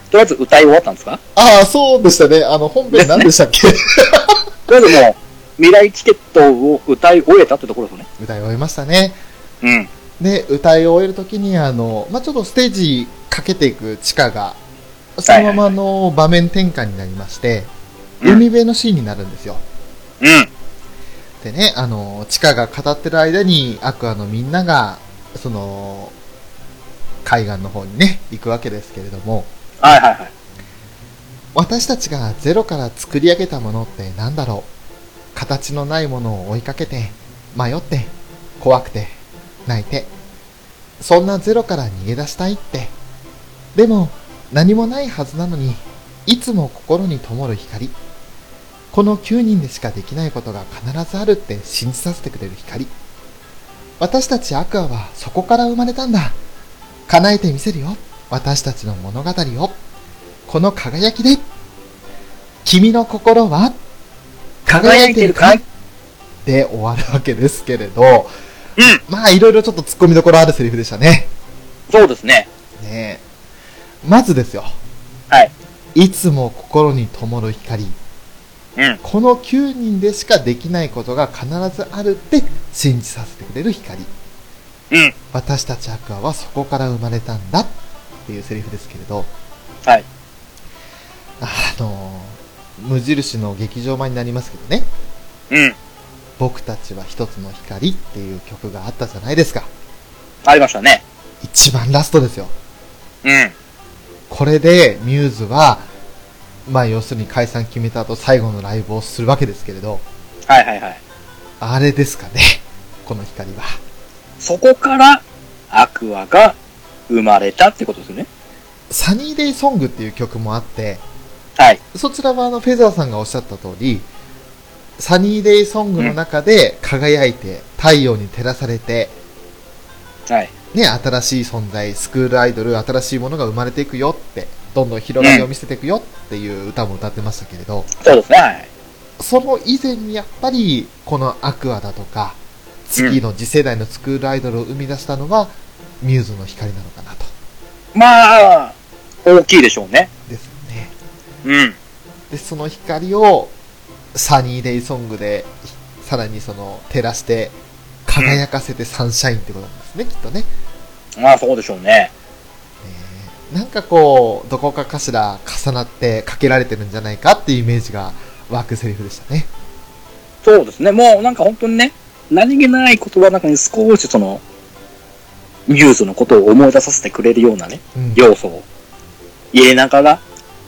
とりあえず歌い終わったんですか？ ああ、そうでしたね。あの、本編何でしたっけ？ とりあえずもう、未来チケットを歌い終えたってところですね。 歌い終えましたね。 うん。 で、歌い終えるときに、あの、まあ、ちょっとステージかけていく地下が、そのままの場面転換になりまして、 うん、 海辺のシーンになるんですよ。 うん。 でね、あの、地下が語ってる間に、アクアのみんなが、その、海岸の方にね、行くわけですけれども、 はいはいはい。 私たちがゼロから作り上げたものって何だろう。形のないものを追いかけて、迷って、怖くて、泣いて、そんなゼロから逃げ出したいって。でも、何もないはずなのに、いつも心に灯る光。このきゅうにんでしかできないことが必ずあるって信じさせてくれる光。私たちアクアはそこから生まれたんだ。叶えてみせるよ。私たちの物語を。この輝きで。君の心は輝いてるかいで終わるわけですけれど、 うん。 まあいろいろちょっと突っ込みどころあるセリフでしたね。 そうですね。 ねえ。まずですよ。 はい。 いつも心に灯る光。 うん。 このきゅうにんでしかできないことが必ずあるって信じさせてくれる光。 うん。 私たちアクアはそこから生まれたんだっていうセリフですけれど、 はい。 あのー、無印の劇場版になりますけどね。 うん。 僕たちは一つの光っていう曲があったじゃないですか。 ありましたね。 一番ラストですよ。 うん。 これでミューズは、まあ要するに解散決めた後最後のライブをするわけですけれど、 はいはいはい。 あれですかね、この光は。 そこからアクアが生まれたってことですよね。 サニーデイソングっていう曲もあって、 はい。 そちらはあのフェザーさんがおっしゃった通り、サニーデイソングの中で輝いて、太陽に照らされて、 はい。 ね、新しい存在、スクールアイドル、新しいものが生まれていくよって、どんどん広がりを見せていくよっていう歌も歌ってましたけれど、 そうですね。はい。 その以前にやっぱり、このアクアだとか、次の次世代のスクールアイドルを生み出したのは、ミューズの光なのかなと。 まあ、大きいでしょうね。 ですね。 うん。 で、その光を、サニーデイソングで、さらにその、照らして、輝かせてサンシャインってことなんですね、きっとね。 まあ、そうでしょうね。 えーなんかこう、どこかかしら重なってかけられてるんじゃないかっていうイメージが湧くセリフでしたね。 そうですね。もうなんか本当にね、何気ない言葉の中に少しその、ミューズのことを思い出させてくれるようなね、 うん、 要素を入れながら、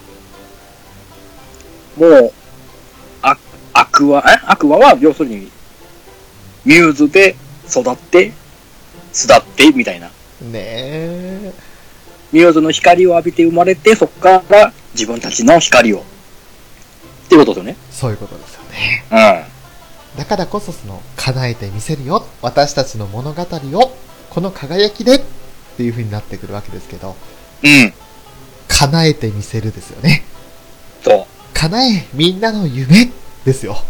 もう、アアクア、えアクアは要するに、ミューズで育って、巣立ってみたいな。 ねえ。 ミューズの光を浴びて生まれて、そこから自分たちの光を。っていうことですよね。 そういうことですよね。 うん。 だからこそその、叶えてみせるよ。私たちの物語を、この輝きでっていう風になってくるわけですけど。 うん。 叶えてみせるですよね。 そう。 叶え、みんなの夢ですよ。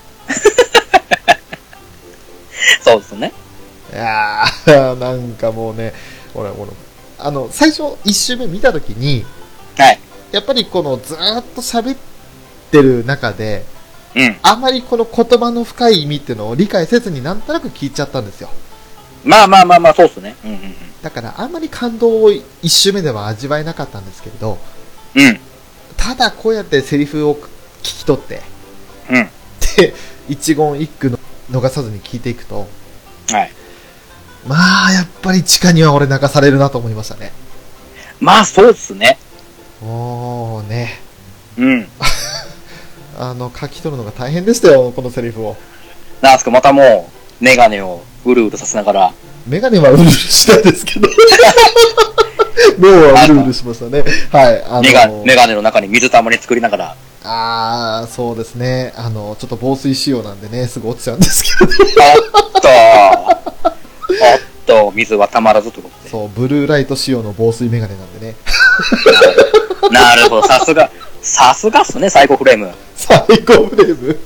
そうですね。 いやー、なんかもうね、俺、俺、あの、最初一周目見たときに、 はい。 やっぱりこのずーっと喋ってる中で、 うん。 あまりこの言葉の深い意味っていうのを理解せずになんとなく聞いちゃったんですよ。 まあまあまあまあ、そうっすね。うんうんうん。 だからあんまり感動を一周目では味わえなかったんですけれど、 うん。 ただこうやってセリフを聞き取って、 うん。 で、一言一句の逃さずに聞いていくと、 はい。 まあ、やっぱり地下には俺泣かされるなと思いましたね。 まあ、そうっすね。 おーね。 うん。 あの、書き取るのが大変でしたよ、このセリフを。 なんすか、またもう、メガネをうるうるさせながら。 メガネはうるうるしたんですけど。脳はうるうるしましたね。はい。あのメガ、メガネの中に水たまり作りながら。 あー、そうですね。あの、ちょっと防水仕様なんでね、すぐ落ちちゃうんですけど。 おっとおっと、水はたまらずということで。 そう、ブルーライト仕様の防水メガネなんでね。 なるほど、さすが、さすがっすね、サイコフレーム。 最高フレーム。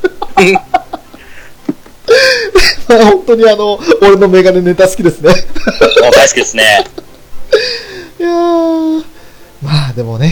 本当にあの、俺のメガネネタ好きですね。 大好きですね。 いやー、まあでもね、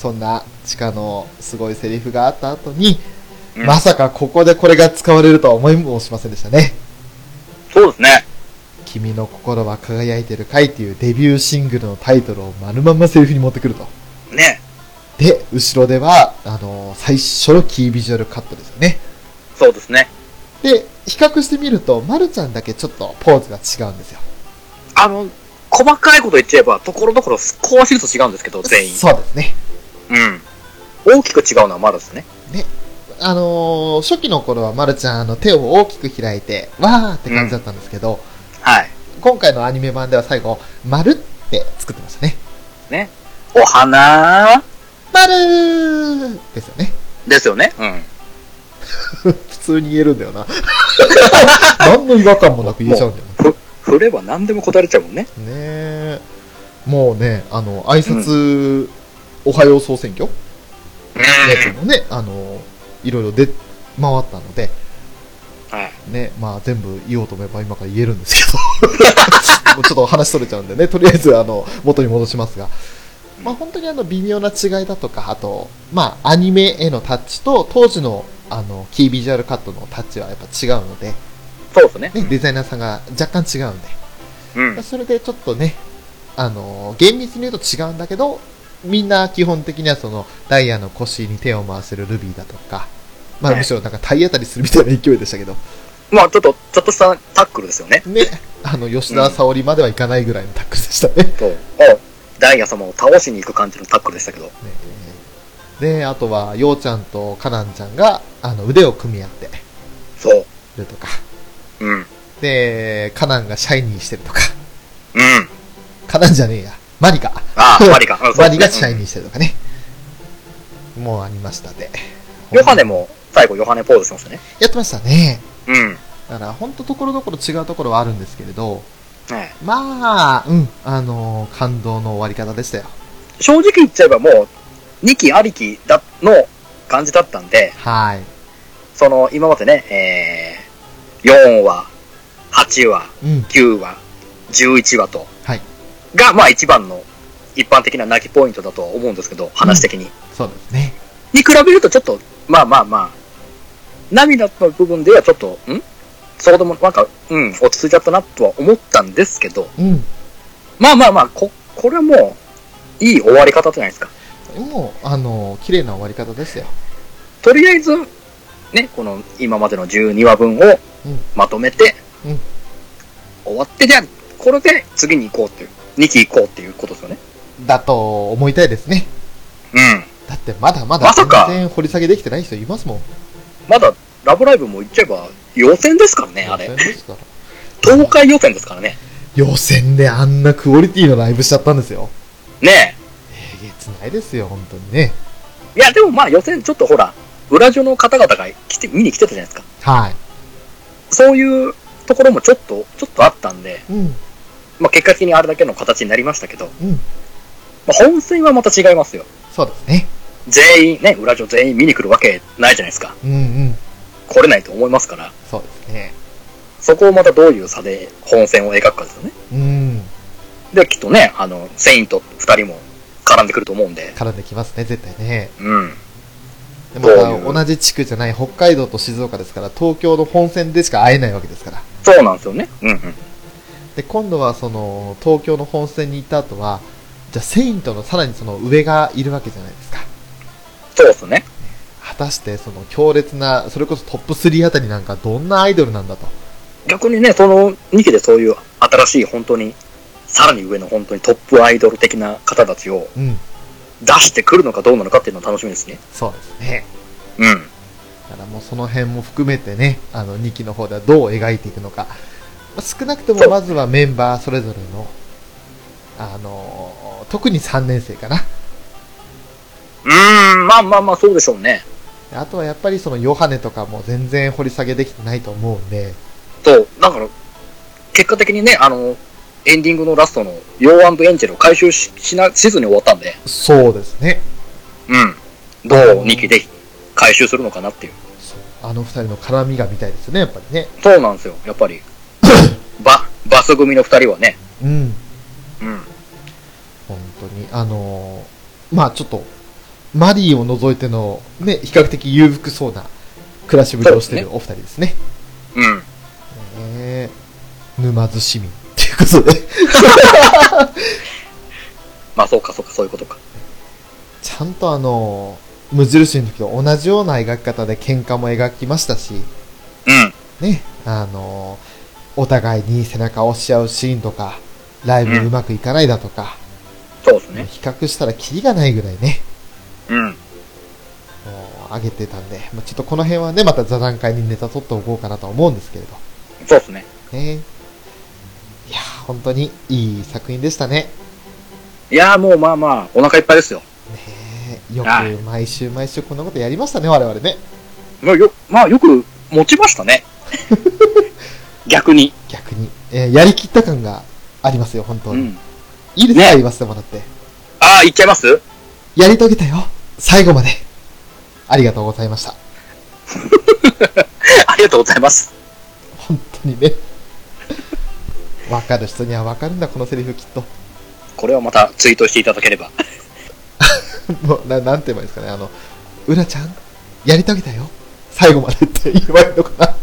そんな地下のすごいセリフがあった後に、 うんまさかここでこれが使われるとは思いもしませんでしたね。 そうですね。 君の心は輝いてるかいっていうデビューシングルのタイトルを丸まんまセリフに持ってくると。 ね。 で、後ろでは、あのー最初のキービジュアルカットですよね。 そうですね。 で、比較してみると、まるちゃんだけちょっとポーズが違うんですよ。 あの、細かいこと言っちゃえば、ところどころ少しずつ違うんですけど、全員。 そうですね。 うん。大きく違うのはまだですね。 ね。あのー初期の頃はまるちゃん、あの、手を大きく開いて、わーって感じだったんですけど、 はい。 今回のアニメ版では最後、まるって作ってましたね。 ね。お花まるーですよね。 ですよね。うん。 普通に言えるんだよな。何の違和感もなく言えちゃうんだよな。 ふ、振れば何でも答えれちゃうもんね。 ねえ。もうね、あの、挨拶、おはよう総選挙うやつもね、あの、いろいろ出、回ったので、 はい。 ね、まあ全部言おうと思えば今から言えるんですけど、もうちょっと話取れちゃうんでね、とりあえずあの、元に戻しますが、まあ本当にあの、微妙な違いだとか、あと、まあアニメへのタッチと、当時のあの、キービジュアルカットのタッチはやっぱ違うので、 そうですね。 ね、デザイナーさんが若干違うんで、 うん。 それでちょっとね、あの、厳密に言うと違うんだけど、みんな基本的にはその、ダイヤの腰に手を回せるルビーだとか、まあはいむしろなんか体当たりするみたいな勢いでしたけど、 まあちょっと、ちょっとしたタックルですよね。 ね、あの、吉田沙保里まではいかないぐらいのタックルでしたね。 そう。おダイヤ様を倒しに行く感じのタックルでしたけど。 ねで、あとは、ようちゃんとかなんちゃんが、あの、腕を組み合ってそう。 るとか、 うん。 で、カナンがシャイニーしてるとか、 うん。 カナンじゃねえや、マリカ。 ああ、マリカ。うんマリがシャイー。 ニーしてるとかね、もうありましたで。 ヨハネも、最後ヨハネポーズしましたね。 やってましたね。 うん。 だから、ほんとところどころ違うところはあるんですけれど、 はい。 まあ、うん、あのー感動の終わり方でしたよ。 正直言っちゃえばもう、にきありきだ、の感じだったんで、 はい。 その、今までね、えー、よんわ、はちわ、 うん。 きゅうわ、じゅういちわと、 はい。 が、まあ一番の一般的な泣きポイントだとは思うんですけど、話的に。 そうですね。 に比べるとちょっと、まあまあまあ、涙の部分ではちょっと、んそうでも、なんか、うん、落ち着いちゃったなとは思ったんですけど、 うん。 まあまあまあ、こ、これはもう、いい終わり方じゃないですか。 もう、あのー綺麗な終わり方ですよ。 とりあえず、ね、この今までのじゅうにわぶんをうん。 まとめて、 うん。 終わって、じゃあ、これで次に行こうっていう、にき行こうっていうことですよね。 だと思いたいですね。 うん。 だってまだまだまさか全然掘り下げできてない人いますもん。 まだ、ラブライブも言っちゃえば、予選ですからね、あれ予。選ですから。 東海予選ですからね。 予選であんなクオリティのライブしちゃったんですよ。 ねえげつないですよ、本当にね。 え。いや、でもまあ予選ちょっとほら、裏所の方々が来て、見に来てたじゃないですか。 はい。 そういうところもちょっと、ちょっとあったんで、 うん。 まあ結果的にあれだけの形になりましたけど、 うん。 まあ本戦はまた違いますよ。 そうですね。 全員、ね、裏所全員見に来るわけないじゃないですか。 うんうん。 来れないと思いますから、 そうですね。 そこをまたどういう差で本戦を描くかですよね。 うん。 で、きっとね、あの、セイント二人も絡んでくると思うんで、 絡んできますね、絶対ね。 うん。 でまどういうた同じ地区じゃない北海道と静岡ですから、東京の本戦でしか会えないわけですから。 そうなんですよね。うんうん。 で、今度はその、東京の本戦に行った後は、じゃあセイントのさらにその上がいるわけじゃないですか。 そうですね。 果たしてその強烈な、それこそトップスリーあたりなんかどんなアイドルなんだと。 逆にね、そのにきでそういう新しい本当に、さらに上の本当にトップアイドル的な方たちをうん。 出してくるのかどうなのかっていうのを楽しみですね。 そうですね。 うん。 だからもうその辺も含めてね、あのにきの方ではどう描いていくのか。まあ少なくともまずはメンバーそれぞれの、あのー、特にさんねん生かな。 うーん、まあまあまあそうでしょうね。 あとはやっぱりそのヨハネとかも全然掘り下げできてないと思うんで。 そう、だから、結果的にね、あの、エンディングのラストのヨーアンドエンジェルを回収ししな、しずに終わったんで、 そうですね。 うん。どうにきで回収するのかなっていう。 そうあの二人の絡みが見たいですね、やっぱりね。 そうなんですよ、やっぱり。バ、バス組の二人はね。 うん。 うん。 本当に。あのー、まあちょっと、 マリーを除いての、ね、比較的裕福そうな暮らしぶりをしているお二人ですね。 うん。 えー、沼津市民っていうことで。 まあそうかそうか、そういうことか。 ちゃんとあの、無印の時と同じような描き方で喧嘩も描きましたし、 うん。 ね、あの、お互いに背中を押し合うシーンとか、ライブうまくいかないだとか、 うん、そうですね。 比較したらキリがないぐらいね、 うん。 もう上げてたんで、まあ、ちょっとこの辺はね、また座談会にネタ取っておこうかなとは思うんですけれど。 そうですね。 ね、いやー、本当にいい作品でしたね。 いやー、もうまあまあ、お腹いっぱいですよ。 ねえ、よく毎週毎週こんなことやりましたね、我々ね。 まあよ、まあ、よく持ちましたね。逆に。 逆に、えー。やりきった感がありますよ、本当に。うん、いいですか、ね、言わせてもらって。 ああ、言っちゃいます？ やり遂げたよ。最後まで。ありがとうございました。 ありがとうございます。 本当にね。わかる人にはわかるんだ、このセリフきっと。 これはまたツイートしていただければ。 もうな、なんて言えばいいですかね。あの、うらちゃん、やり遂げたよ。最後までって言えばいいのかな。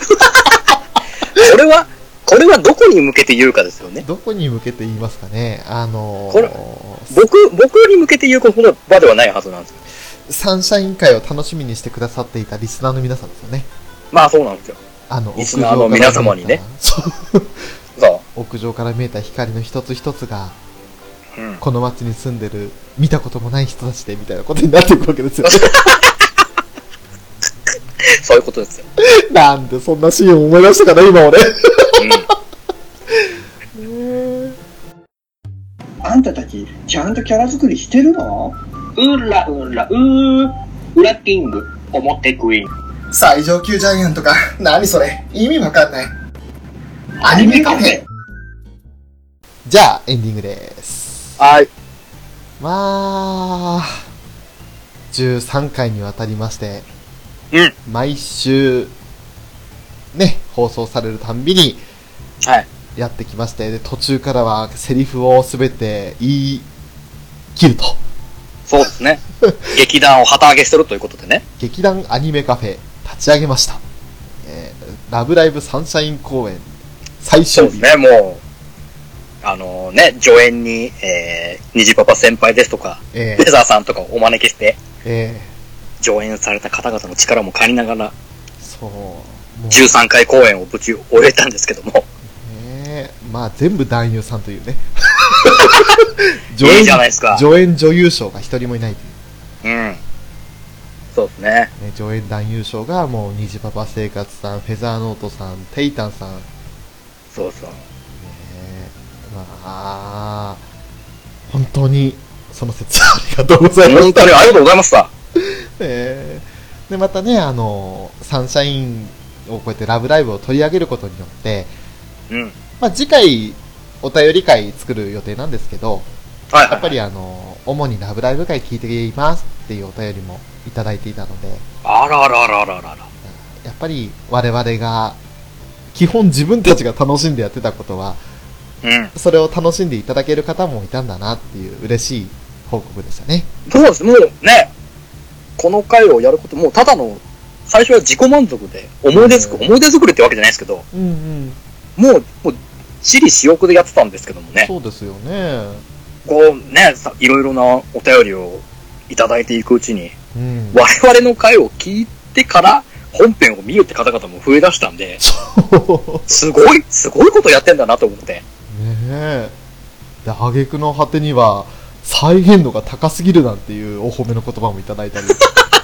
これは、これはどこに向けて言うかですよね。 どこに向けて言いますかね。あのー、 これ、僕、僕に向けて言う言葉ではないはずなんですよ。 サンシャイン会を楽しみにしてくださっていたリスナーの皆さんですよね。 まあそうなんですよ。 あの、 リスナーの皆様にね。 そう。そう。屋上から見えた光の一つ一つが、うん、この街に住んでる見たこともない人たちでみたいなことになっていくわけですよ。 そういうことですよ。 なんでそんなシーンを思い出したかな今俺。 うん、あんたたちちゃんとキャラ作りしてるの？ うらうらうー、ウラキング、表クイーン。 最上級ジャイアントか。何それ、意味わかんない。アニメカフェ。じゃあエンディングです。 はい。 まあじゅうさんかいにわたりまして、 うん、 毎週ね放送されるたんびにやってきまして、で途中からはセリフをすべて言い切ると。 そうですね。劇団を旗揚げしてるということでね。 劇団アニメカフェ立ち上げました。えー、ラブライブサンシャイン公演最終日。 そうですね、もう、あのー、ね、助演に、えー、虹パパ先輩ですとか、えー、レザーさんとかをお招きして、 えー、上演された方々の力も借りながら、 そう。もうじゅうさんかい公演を無事終えたんですけども。 えー、まあ全部男優さんというね。 いいじゃないですか。 助演女優賞が一人もいないという。 うん。そうですね。 ね、助演男優賞がもう虹パパ生活さん、フェザーノートさん、テイタンさん。 そうそう。ね、 まあ本当にその説ありがとうございました。 本当にありがとうございました。 えー、でまたね、あのサンシャインをこうやってラブライブを取り上げることによって、 うん、 まあ次回お便り会作る予定なんですけど、 はいはいはい、 やっぱりあの主にラブライブ会聞いていますっていうお便りもいただいていたので、 あらあらあらあらあら、 やっぱり我々が基本自分たちが楽しんでやってたことは、 うん、 それを楽しんでいただける方もいたんだなっていう嬉しい報告でしたね。 そうです。もうね、この回をやることもうただの最初は自己満足で思い出作り、思い出作りってわけじゃないですけど、 うんうん、 もうもう私利私欲でやってたんですけどもね。 そうですよね。 こうね、いろいろなお便りをいただいていくうちに、 うん、 我々の回を聞いてから本編を見るって方々も増え出したんで、すごいすごいことやってんだなと思って。 ねえ。で挙句の果てには再現度が高すぎるなんていうお褒めの言葉もいただいたり。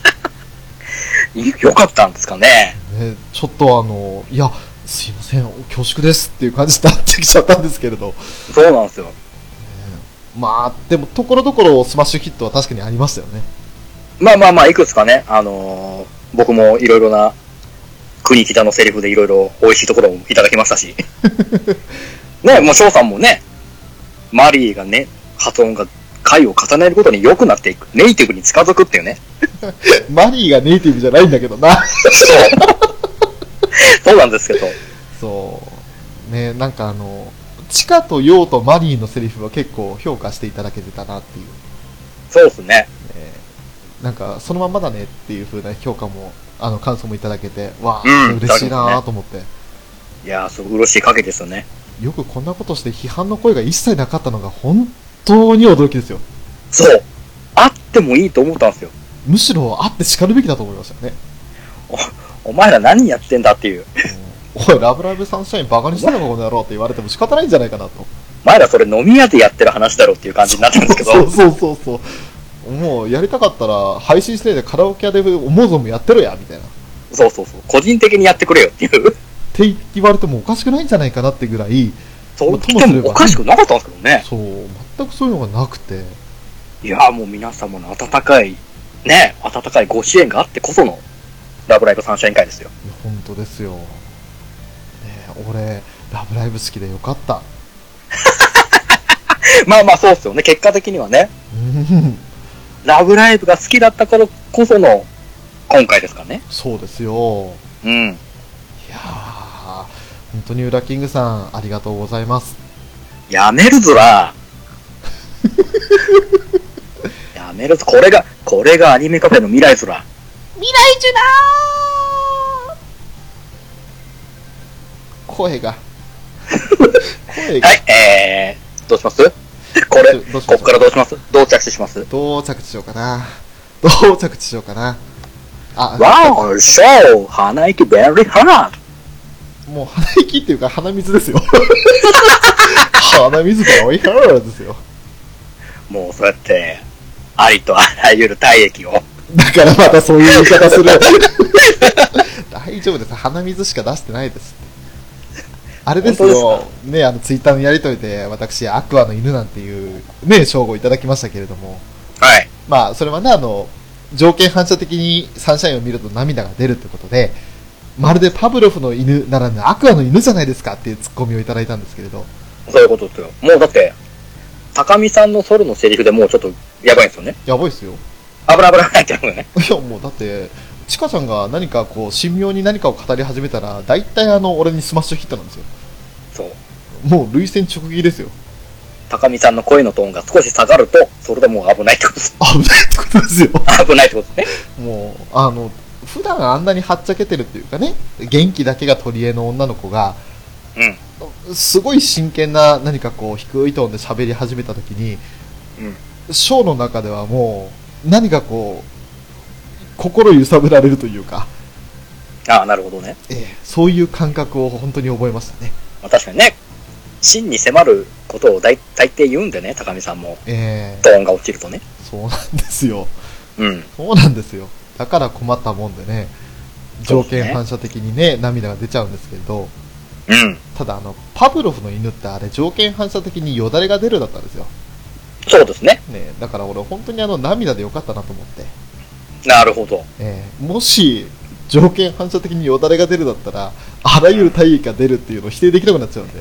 よかったんですかね。 ね、ちょっとあのいやすいません恐縮ですっていう感じになってきちゃったんですけれど。 そうなんですよ。 まあでもところどころスマッシュヒットは確かにありましたよね。 まあまあまあいくつかね、あのー、僕もいろいろな国北のセリフでいろいろ美味しいところをいただきましたしね、もう翔さんもね、マリーがね発音が回を重ねるごとに良くなっていく、ネイティブに近づくっていうね。 マリーがネイティブじゃないんだけどな。 そうそうなんですけど、 そうね、なんかあのチカとヨウとマリーのセリフは結構評価していただけてたなっていう。 そうですね。 なんかそのまんまだねっていう風な評価もあの感想もいただけて、わあ、 うん嬉しいなと思って、ね、 いやー、すごい嬉しい限りですよね。 よくこんなことして批判の声が一切なかったのが本当に驚きですよ。 そう、あってもいいと思ったんですよ。 むしろあって叱るべきだと思いましたね。 お、お前ら何やってんだっていう。 おい、ラブライブサンシャインバカにしたのかこの野郎って言われても仕方ないんじゃないかなと。 お前らそれ飲み屋でやってる話だろっていう感じになったんですけど。 そうそうそうそう。もうやりたかったら配信してでカラオケ屋で思う存分やってろやみたいな。 そうそうそう。個人的にやってくれよっていう。 って言われてもおかしくないんじゃないかなってぐらい。 そう来てもおかしくなかったんですけどね。 そう、全くそういうのがなくて。 いやーもう皆様の温かい、ね、温かいご支援があってこその、ラブライブサンシャイン会ですよ。 いや本当ですよ。ね、俺、ラブライブ好きでよかった。 まあまあそうっすよね、結果的にはね。ラブライブが好きだったからこその、今回ですかね。 そうですよ。 うん。 いやー、本当にウラキングさん、ありがとうございます。 やめるずら。やめるぞ。これが、これがアニメカフェの未来ずら。 未来ジュナー声が。声が。 はい、えー、どうしますこれ、こっからどうしますどう着地しますどう着地しようかな。どう着地しようかな。あ、 わお、ショー鼻息ベリーハード。 もう鼻息っていうか鼻水ですよ。鼻水がおいはーですよ。 もうそうやって、ありとあらゆる体液を。 だからまたそういう言い方する。大丈夫です。鼻水しか出してないです。あれですよ。ね、あのツイッターのやりとりで私、アクアの犬なんていうね、称号いただきましたけれども。 はい。 まあ、それはね、あの、条件反射的にサンシャインを見ると涙が出るってことで、まるでパブロフの犬ならぬアクアの犬じゃないですかっていうツッコミをいただいたんですけれど。 そういうことですよ。もうだって、高見さんのソロのセリフでもうちょっとやばいんですよね。 やばいっすよ。 危ない危ないってなるよね。 いや、もうだって、チカちゃんが何かこう、神妙に何かを語り始めたら、大体あの、俺にスマッシュヒットなんですよ。 そう。 もう、類線直撃ですよ。 高見さんの声のトーンが少し下がると、それでもう危ないってことです。 危ないってことですよ。 危ないってことですね。 もう、あの、普段あんなにはっちゃけてるっていうかね、元気だけが取り柄の女の子が、 うん。 すごい真剣な何かこう、低いトーンで喋り始めたときに、 うん。 ショーの中ではもう、何かこう、心揺さぶられるというか、 ああ、なるほどね。 ええ、そういう感覚を本当に覚えましたね。 まあ、確かにね、真に迫ることを大大抵言うんでね、高見さんも。 ええ、 トーンが落ちるとね。 そうなんですよ。 うん。 そうなんですよ。だから困ったもんでね、条件反射的にね、涙が出ちゃうんですけれど、 うん。 ただあの、パブロフの犬ってあれ条件反射的によだれが出るだったんですよ。 そうですね。 ね、だから俺本当にあの涙でよかったなと思って。 なるほど。 えー、もし条件反射的によだれが出るだったら、あらゆる体液が出るっていうのを否定できなくなっちゃうんで。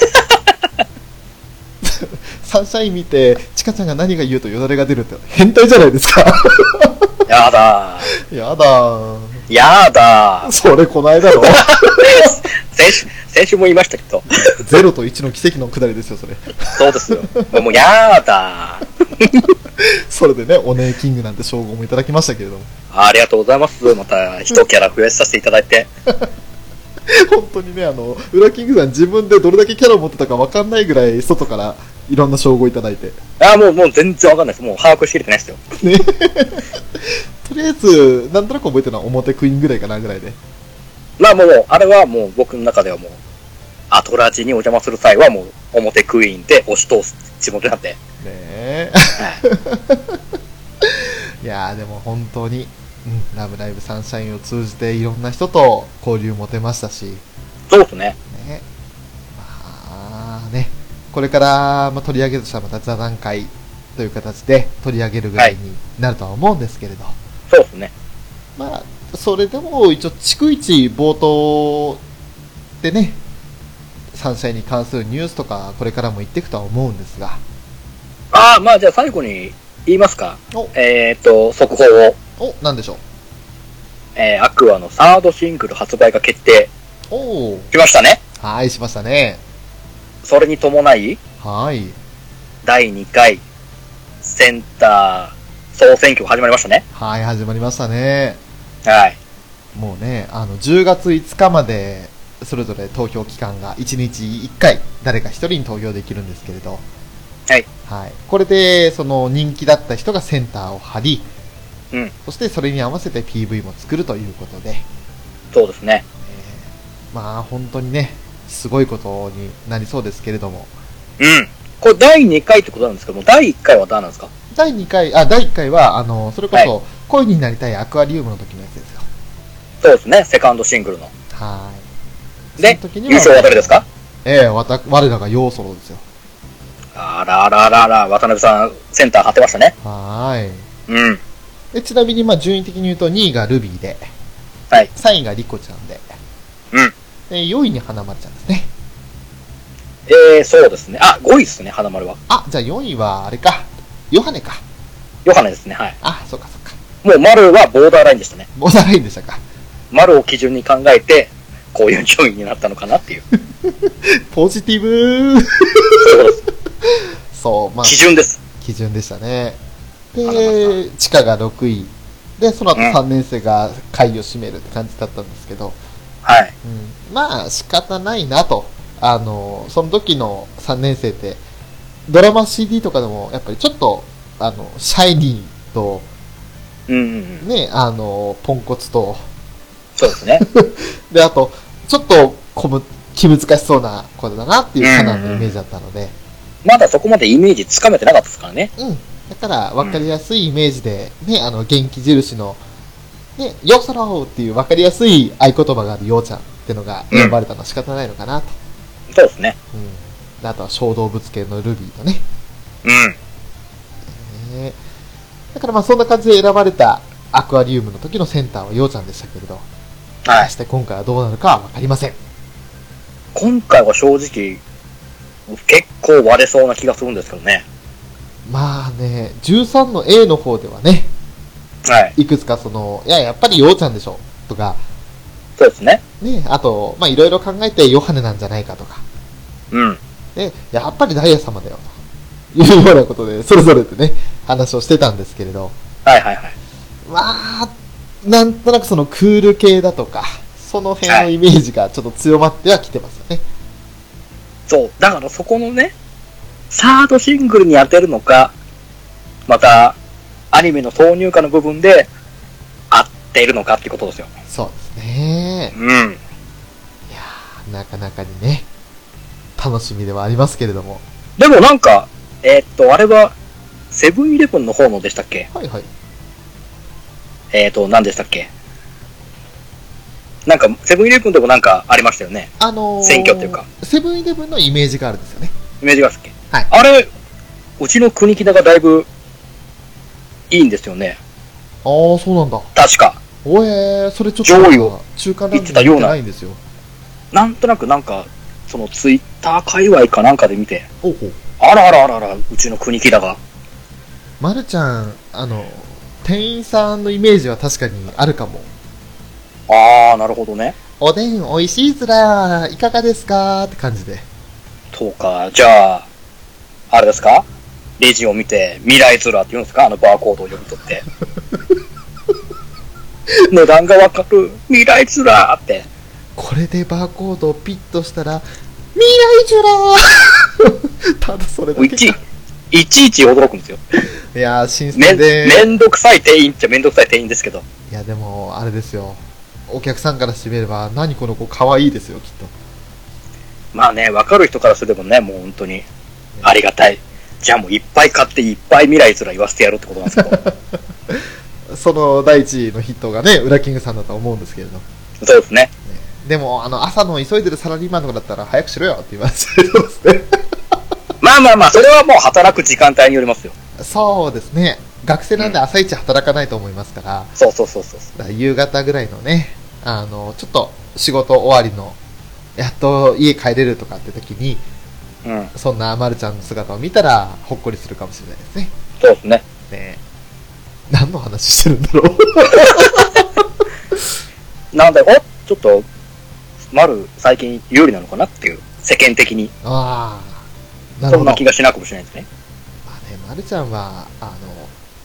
サンシャイン見て、チカちゃんが何が言うとよだれが出るって変態じゃないですか。 やだー。やだー。 やだー。 それこないだろ。 先週、先週も言いましたけど。 ゼロといちの奇跡のくだりですよ、それ。 そうですよ。もうやだー。 それでね、おねえキングなんて称号もいただきましたけれども。 ありがとうございます。また一キャラ増やさせていただいて。 本当にね、あの、ウラキングさん自分でどれだけキャラを持ってたか分かんないぐらい外からいろんな称号いただいて。 ああ、もう、もう全然わかんないです。もう把握しきれてないですよ。 ね。とりあえず、なんとなく覚えてるのは表クイーンぐらいかなぐらいで。 まあもう、あれはもう僕の中ではもう、アトラジにお邪魔する際はもう表クイーンで押し通す仕事なんで。 ねえ。いやーでも本当に、うん、ラブライブサンシャインを通じていろんな人と交流持てましたし。 そうですね。 ね。まあね、これから、まあ、取り上げるとしたらまた座談会という形で取り上げるぐらいになるとは思うんですけれど。 そうですね。 まあ、それでも一応逐一冒頭でね、サンシャインに関するニュースとかこれからも言っていくとは思うんですが。 ああ、まあじゃあ最後に言いますか。えっ、ー、と、速報を。 お、なんでしょう。 えー、アクアのサードシングル発売が決定。 おー。 しましたね。 はい、しましたね。 それに伴い、 はい。 だいにかい、センター総選挙始まりましたね。 はい、始まりましたね。 はい。 もうね、あの、じゅうがついつかまで、それぞれ投票期間がいちにちいっかい、誰かひとりに投票できるんですけれど、 はい。 はい。これで、その人気だった人がセンターを張り、 うん。 そしてそれに合わせて ピーブイ も作るということで、 そうですね。 えー、まあ、本当にね、すごいことになりそうですけれども。 うん。これだいにかいってことなんですけども、だいいっかいは誰なんですか？ だいにかい、あ、だいいっかいは、あの、それこそ、 はい、 恋になりたいアクアリウムの時のやつですよ。 そうですね、セカンドシングルの。 はい。 で、優勝は誰ですか？ ええー、わた、我らがヨーソロですよ。 あらららら、渡辺さん、センター張ってましたね。 はーい。 うん。 で、ちなみに、まあ、順位的に言うと、にいがルビーで、 はい。 さんいがリコちゃんで、 うん。 で、よんいに花丸ちゃんですね。 えー、そうですね。あ、ごいですね、花丸は。 あ、じゃあよんいは、あれか。ヨハネか。 ヨハネですね、はい。 あ、そっかそっか。 もう丸はボーダーラインでしたね。 ボーダーラインでしたか。 丸を基準に考えて、こういう順位になったのかなっていう。 ポジティブー。 そうです。 そう、まあ。 基準です。 基準でしたね。で、地下がろくい。で、その後さんねん生が下位を占めるって感じだったんですけど、 はい。 うん、まあ、仕方ないなと。あの、その時のさんねん生って、ドラマ シーディー とかでも、やっぱりちょっと、あの、シャイニーと、 うんうんうん、 ね、あの、ポンコツと、 そうですね。 で、あと、ちょっと小む、気難しそうな子だなっていうカナンのイメージだったので、うんうん、 まだそこまでイメージつかめてなかったですからね。 うん。だから、わかりやすいイメージで、ね、あの、元気印の、ね、ヨーソローっていうわかりやすい合言葉があるヨーちゃんっていうのが選ばれたのは仕方ないのかなと。 うん、そうですね。 うん。あとは小動物系のルビーとね。 うん。 ね、だからまあそんな感じで選ばれたアクアリウムの時のセンターはヨーちゃんでしたけれど、はい。果たして今回はどうなるかはわかりません。 今回は正直、結構割れそうな気がするんですけどね。まあね、じゅうさんの エー の方ではね、 はい。 いくつかその、いや、やっぱりヨーちゃんでしょ、とか、 そうですね。 ね、あと、まあいろいろ考えてヨハネなんじゃないかとか、 うん。 で、やっぱりダイヤ様だよ、というようなことで、それぞれでね、話をしてたんですけれど、 はいはいはい。 まあ、なんとなくそのクール系だとか、その辺のイメージがちょっと強まってはきてますよね。はい、 そう。だからそこのね、サードシングルに当てるのか、また、アニメの挿入歌の部分で、合っているのかっていうことですよ。 そうですね。 うん。いやー、なかなかにね、楽しみではありますけれども。 でもなんか、えー、っと、あれは、セブンイレブンの方のでしたっけ？ はいはい。 えー、っと、何でしたっけ？なんか、セブンイレブンでもなんかありましたよね。 あのー、 選挙っていうか。 セブンイレブンのイメージがあるんですよね。 イメージがあるっけ？ はい。 あれ、うちの国木田がだいぶ、いいんですよね。 ああ、そうなんだ。 確か。 おえー、それちょっと上位を中間ランキング見てないんですよ。 なんとなくなんか、そのツイッター界隈かなんかで見て、 おうほう。 あらあらあらあら、うちの国木田が。 まるちゃん、あの、店員さんのイメージは確かにあるかも。 あー、なるほどね。 おでん美味しいずら、いかがですかって感じで。 そうか、じゃあ、あれですか？レジを見て、未来ズラって言うんですか？あのバーコードを読み取って。値段がわかる、未来ズラって。 これでバーコードをピッとしたら、未来ズラーただそれだけか。 いちいちいち驚くんですよ。 いやー、新鮮で。 め、めんどくさい店員っちゃめんどくさい店員ですけど。 いや、でも、あれですよ。お客さんからしてみれば、何この子可愛いですよ、きっと。 まあね、わかる人からすればね、もう本当に、ありがたい。じゃあもういっぱい買っていっぱい未来ズラ言わせてやるってことなんですけど。その第一のヒットがね、ウラキングさんだと思うんですけれど。 そうですね。ね、 でも、あの、朝の急いでるサラリーマンとかだったら早くしろよって言われちゃいますね。 まあまあまあ、それはもう働く時間帯によりますよ。 そうですね。学生なんで朝一働かないと思いますから。うん、 そうそうそうそう。 だから夕方ぐらいのね、あの、ちょっと仕事終わりの、やっと家帰れるとかって時に、うん、そんなまるちゃんの姿を見たら、ほっこりするかもしれないですね。 そうですね。 ね、何の話してるんだろう。なんだよ、おちょっと、まる最近有利なのかなっていう、世間的に。ああ、なるほど。そんな気がしなくもしれないですね。 まあね、まるちゃんは、あの、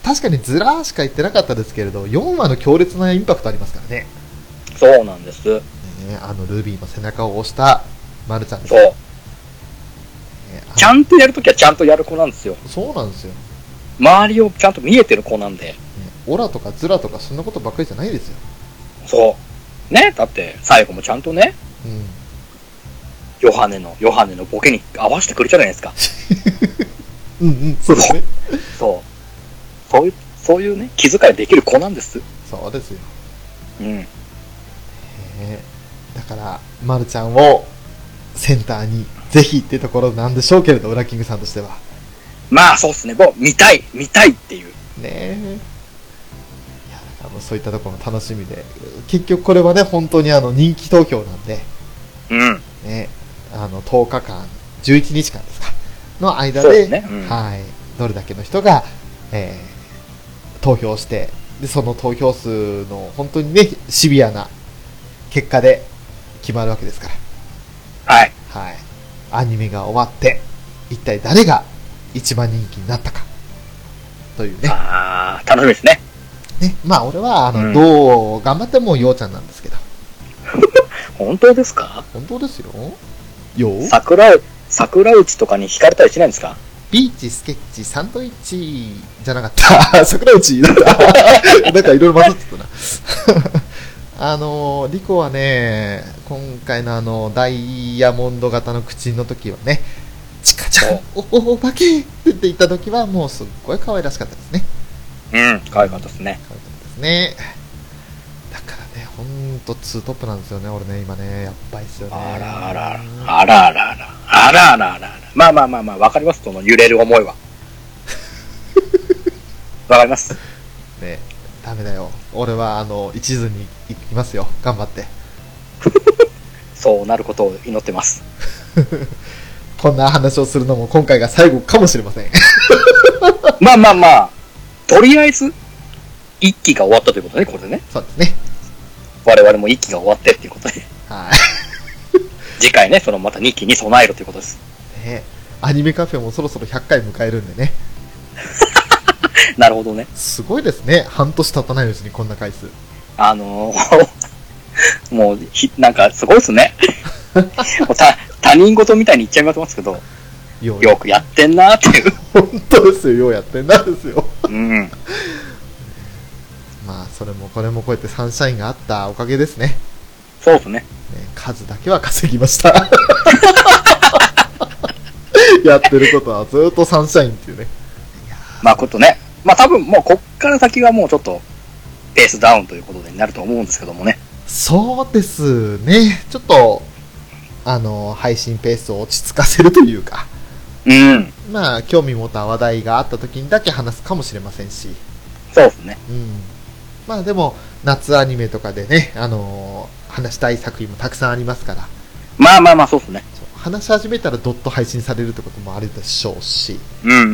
確かにずらーしか言ってなかったですけれど、よんわの強烈なインパクトありますからね。 そうなんです。 ね、あのルビーの背中を押したマルちゃんです。 そう。 ね、 ちゃんとやるときはちゃんとやる子なんですよ。 そうなんですよ。 周りをちゃんと見えてる子なんで。 ね、オラとかズラとかそんなことばっかりじゃないですよ。 そう。ね、だって最後もちゃんとね、 うん。 ヨハネの、ヨハネのボケに合わせてくるじゃないですか。 うんうん、そうですね。 そう。そういう、そういうね、気遣いできる子なんです。 そうですよ。 うん。 へえ、だから、まるちゃんをセンターにぜひってところなんでしょうけれど、ウラキングさんとしては。 まあそうっすね、もう見たい、見たいっていう。 ねえ。いや、だからもうそういったところも楽しみで、結局これはね、本当にあの人気投票なんで、 うん。 ね、あのとおかかん、じゅういちにちかんですか、の間で、 そうですね。うん、 はい、どれだけの人が、えー、投票して、で、その投票数の本当にね、シビアな結果で決まるわけですから。 はい。 はい。アニメが終わって、一体誰が一番人気になったか。というね。 ああ、楽しみですね。 ね。まあ、俺は、あの、 うん、 どう頑張ってもようちゃんなんですけど。 本当ですか？ 本当ですよ。よう桜、桜内とかに惹かれたりしないんですか？ ビーチ、スケッチ、サンドイッチじゃなかった。桜内だった。なんかいろいろ混ざってたな。あの、リコはね、今回のあの、ダイヤモンド型の口の時はね、チカちゃん、お、お化けって言って言った時はもうすっごい可愛らしかったですね。 うん、可愛かったですね。 可愛かったですね。だからね、ほんとツートップなんですよね、俺ね、今ね、やっばいっすよね。 あらあらあら、あらあらあら、あらあらあら。まあまあまあまあ、わかります、その揺れる思いは。わかります。 ね、ダメだよ。俺は、あの、一途に行きますよ。頑張って。 そうなることを祈ってます。 こんな話をするのも今回が最後かもしれません。 まあまあまあ、とりあえず、一期が終わったということね、これでね。 そうですね。 我々も一期が終わってっていうことで。 はい。 次回ね、そのまた二期に備えるということです。 ね、アニメカフェもそろそろひゃっかい迎えるんでね。 なるほどね。 すごいですね。半年経たないうちにこんな回数。 あのー、もうひ、なんかすごいですね。た他人事みたいに言っちゃいますけど、よよくやってんなーっていう。 本当ですよ、ようやってんなんですよ。 うん。 まあ、それもこれもこうやってサンシャインがあったおかげですね。 そうですね。 ね、数だけは稼ぎました。やってることはずっとサンシャインっていうね。 まあ、ことね。まあ、多分もうこっから先はもうちょっとペースダウンということになると思うんですけどもね。 そうですね。ちょっと、あの、配信ペースを落ち着かせるというか。 うん。 まあ、興味持った話題があった時にだけ話すかもしれませんし。 そうですね。 うん。まあでも、夏アニメとかでね、あのー、話したい作品もたくさんありますから。 まあまあまあ、そうですね。 話し始めたらドッと配信されるってこともあるでしょうし。 うんうんうん。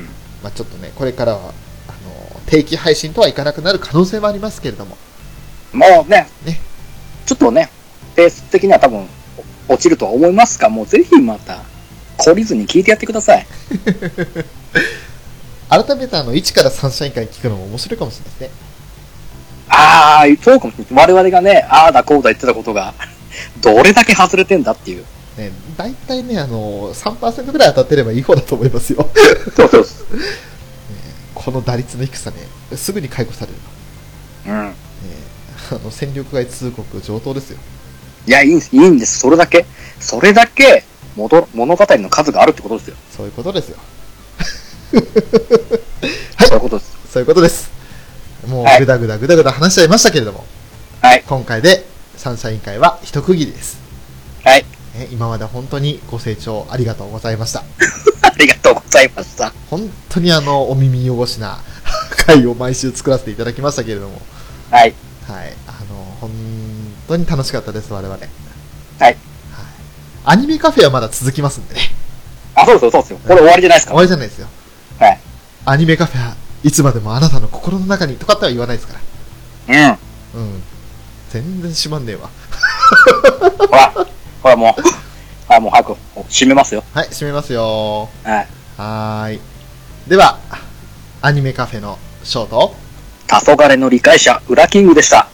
まあちょっとね、これからは、あのー、定期配信とはいかなくなる可能性もありますけれども。 もうね、 ね。 ちょっとね、ペース的には多分落ちるとは思いますが、もうぜひまた、懲りずに聞いてやってください。 改めてあの、いちからサンシャイン会聞くのも面白いかもしれないですね。 ああ、そうかもしれない。我々がね、ああだこうだ言ってたことが、どれだけ外れてんだっていう。 ね、大体ね、あのー、さんパーセントぐらい当たってればいい方だと思いますよ。 そうそうそね、 う。 この打率の低さね、すぐに解雇されるの。 うん。 ね、あの、戦力外通告上等ですよ。 いや、いいんです、いいんです。それだけ、それだけ、物物語の数があるってことですよ。 そういうことですよ。 はい。そういうことです。 そういうことです。もうはいぐだぐだぐだぐだ話しちゃいましたけれども、 はい。 今回でサンシャイン会は一区切りです。 はい。 ね、今まで本当にご清聴ありがとうございました。 ありがとうございました。 本当にあの、お耳汚しな会を毎週作らせていただきましたけれども、 はい。 はい。あの、本当に楽しかったです、我々。はい。 はい。 アニメカフェはまだ続きますんでね。 あ、そうですよ、そうですよ。これ終わりじゃないですか。 終わりじゃないですよ。 はい。 アニメカフェはいつまでもあなたの心の中にとかっては言わないですから。 うん。 うん。全然しまんねえわ。 ほら、ほらもう、はい、もう早く閉めますよ。 はい、閉めますよ。 はい。 はーい。では、アニメカフェのショート、 黄昏の理解者、ウラキングでした。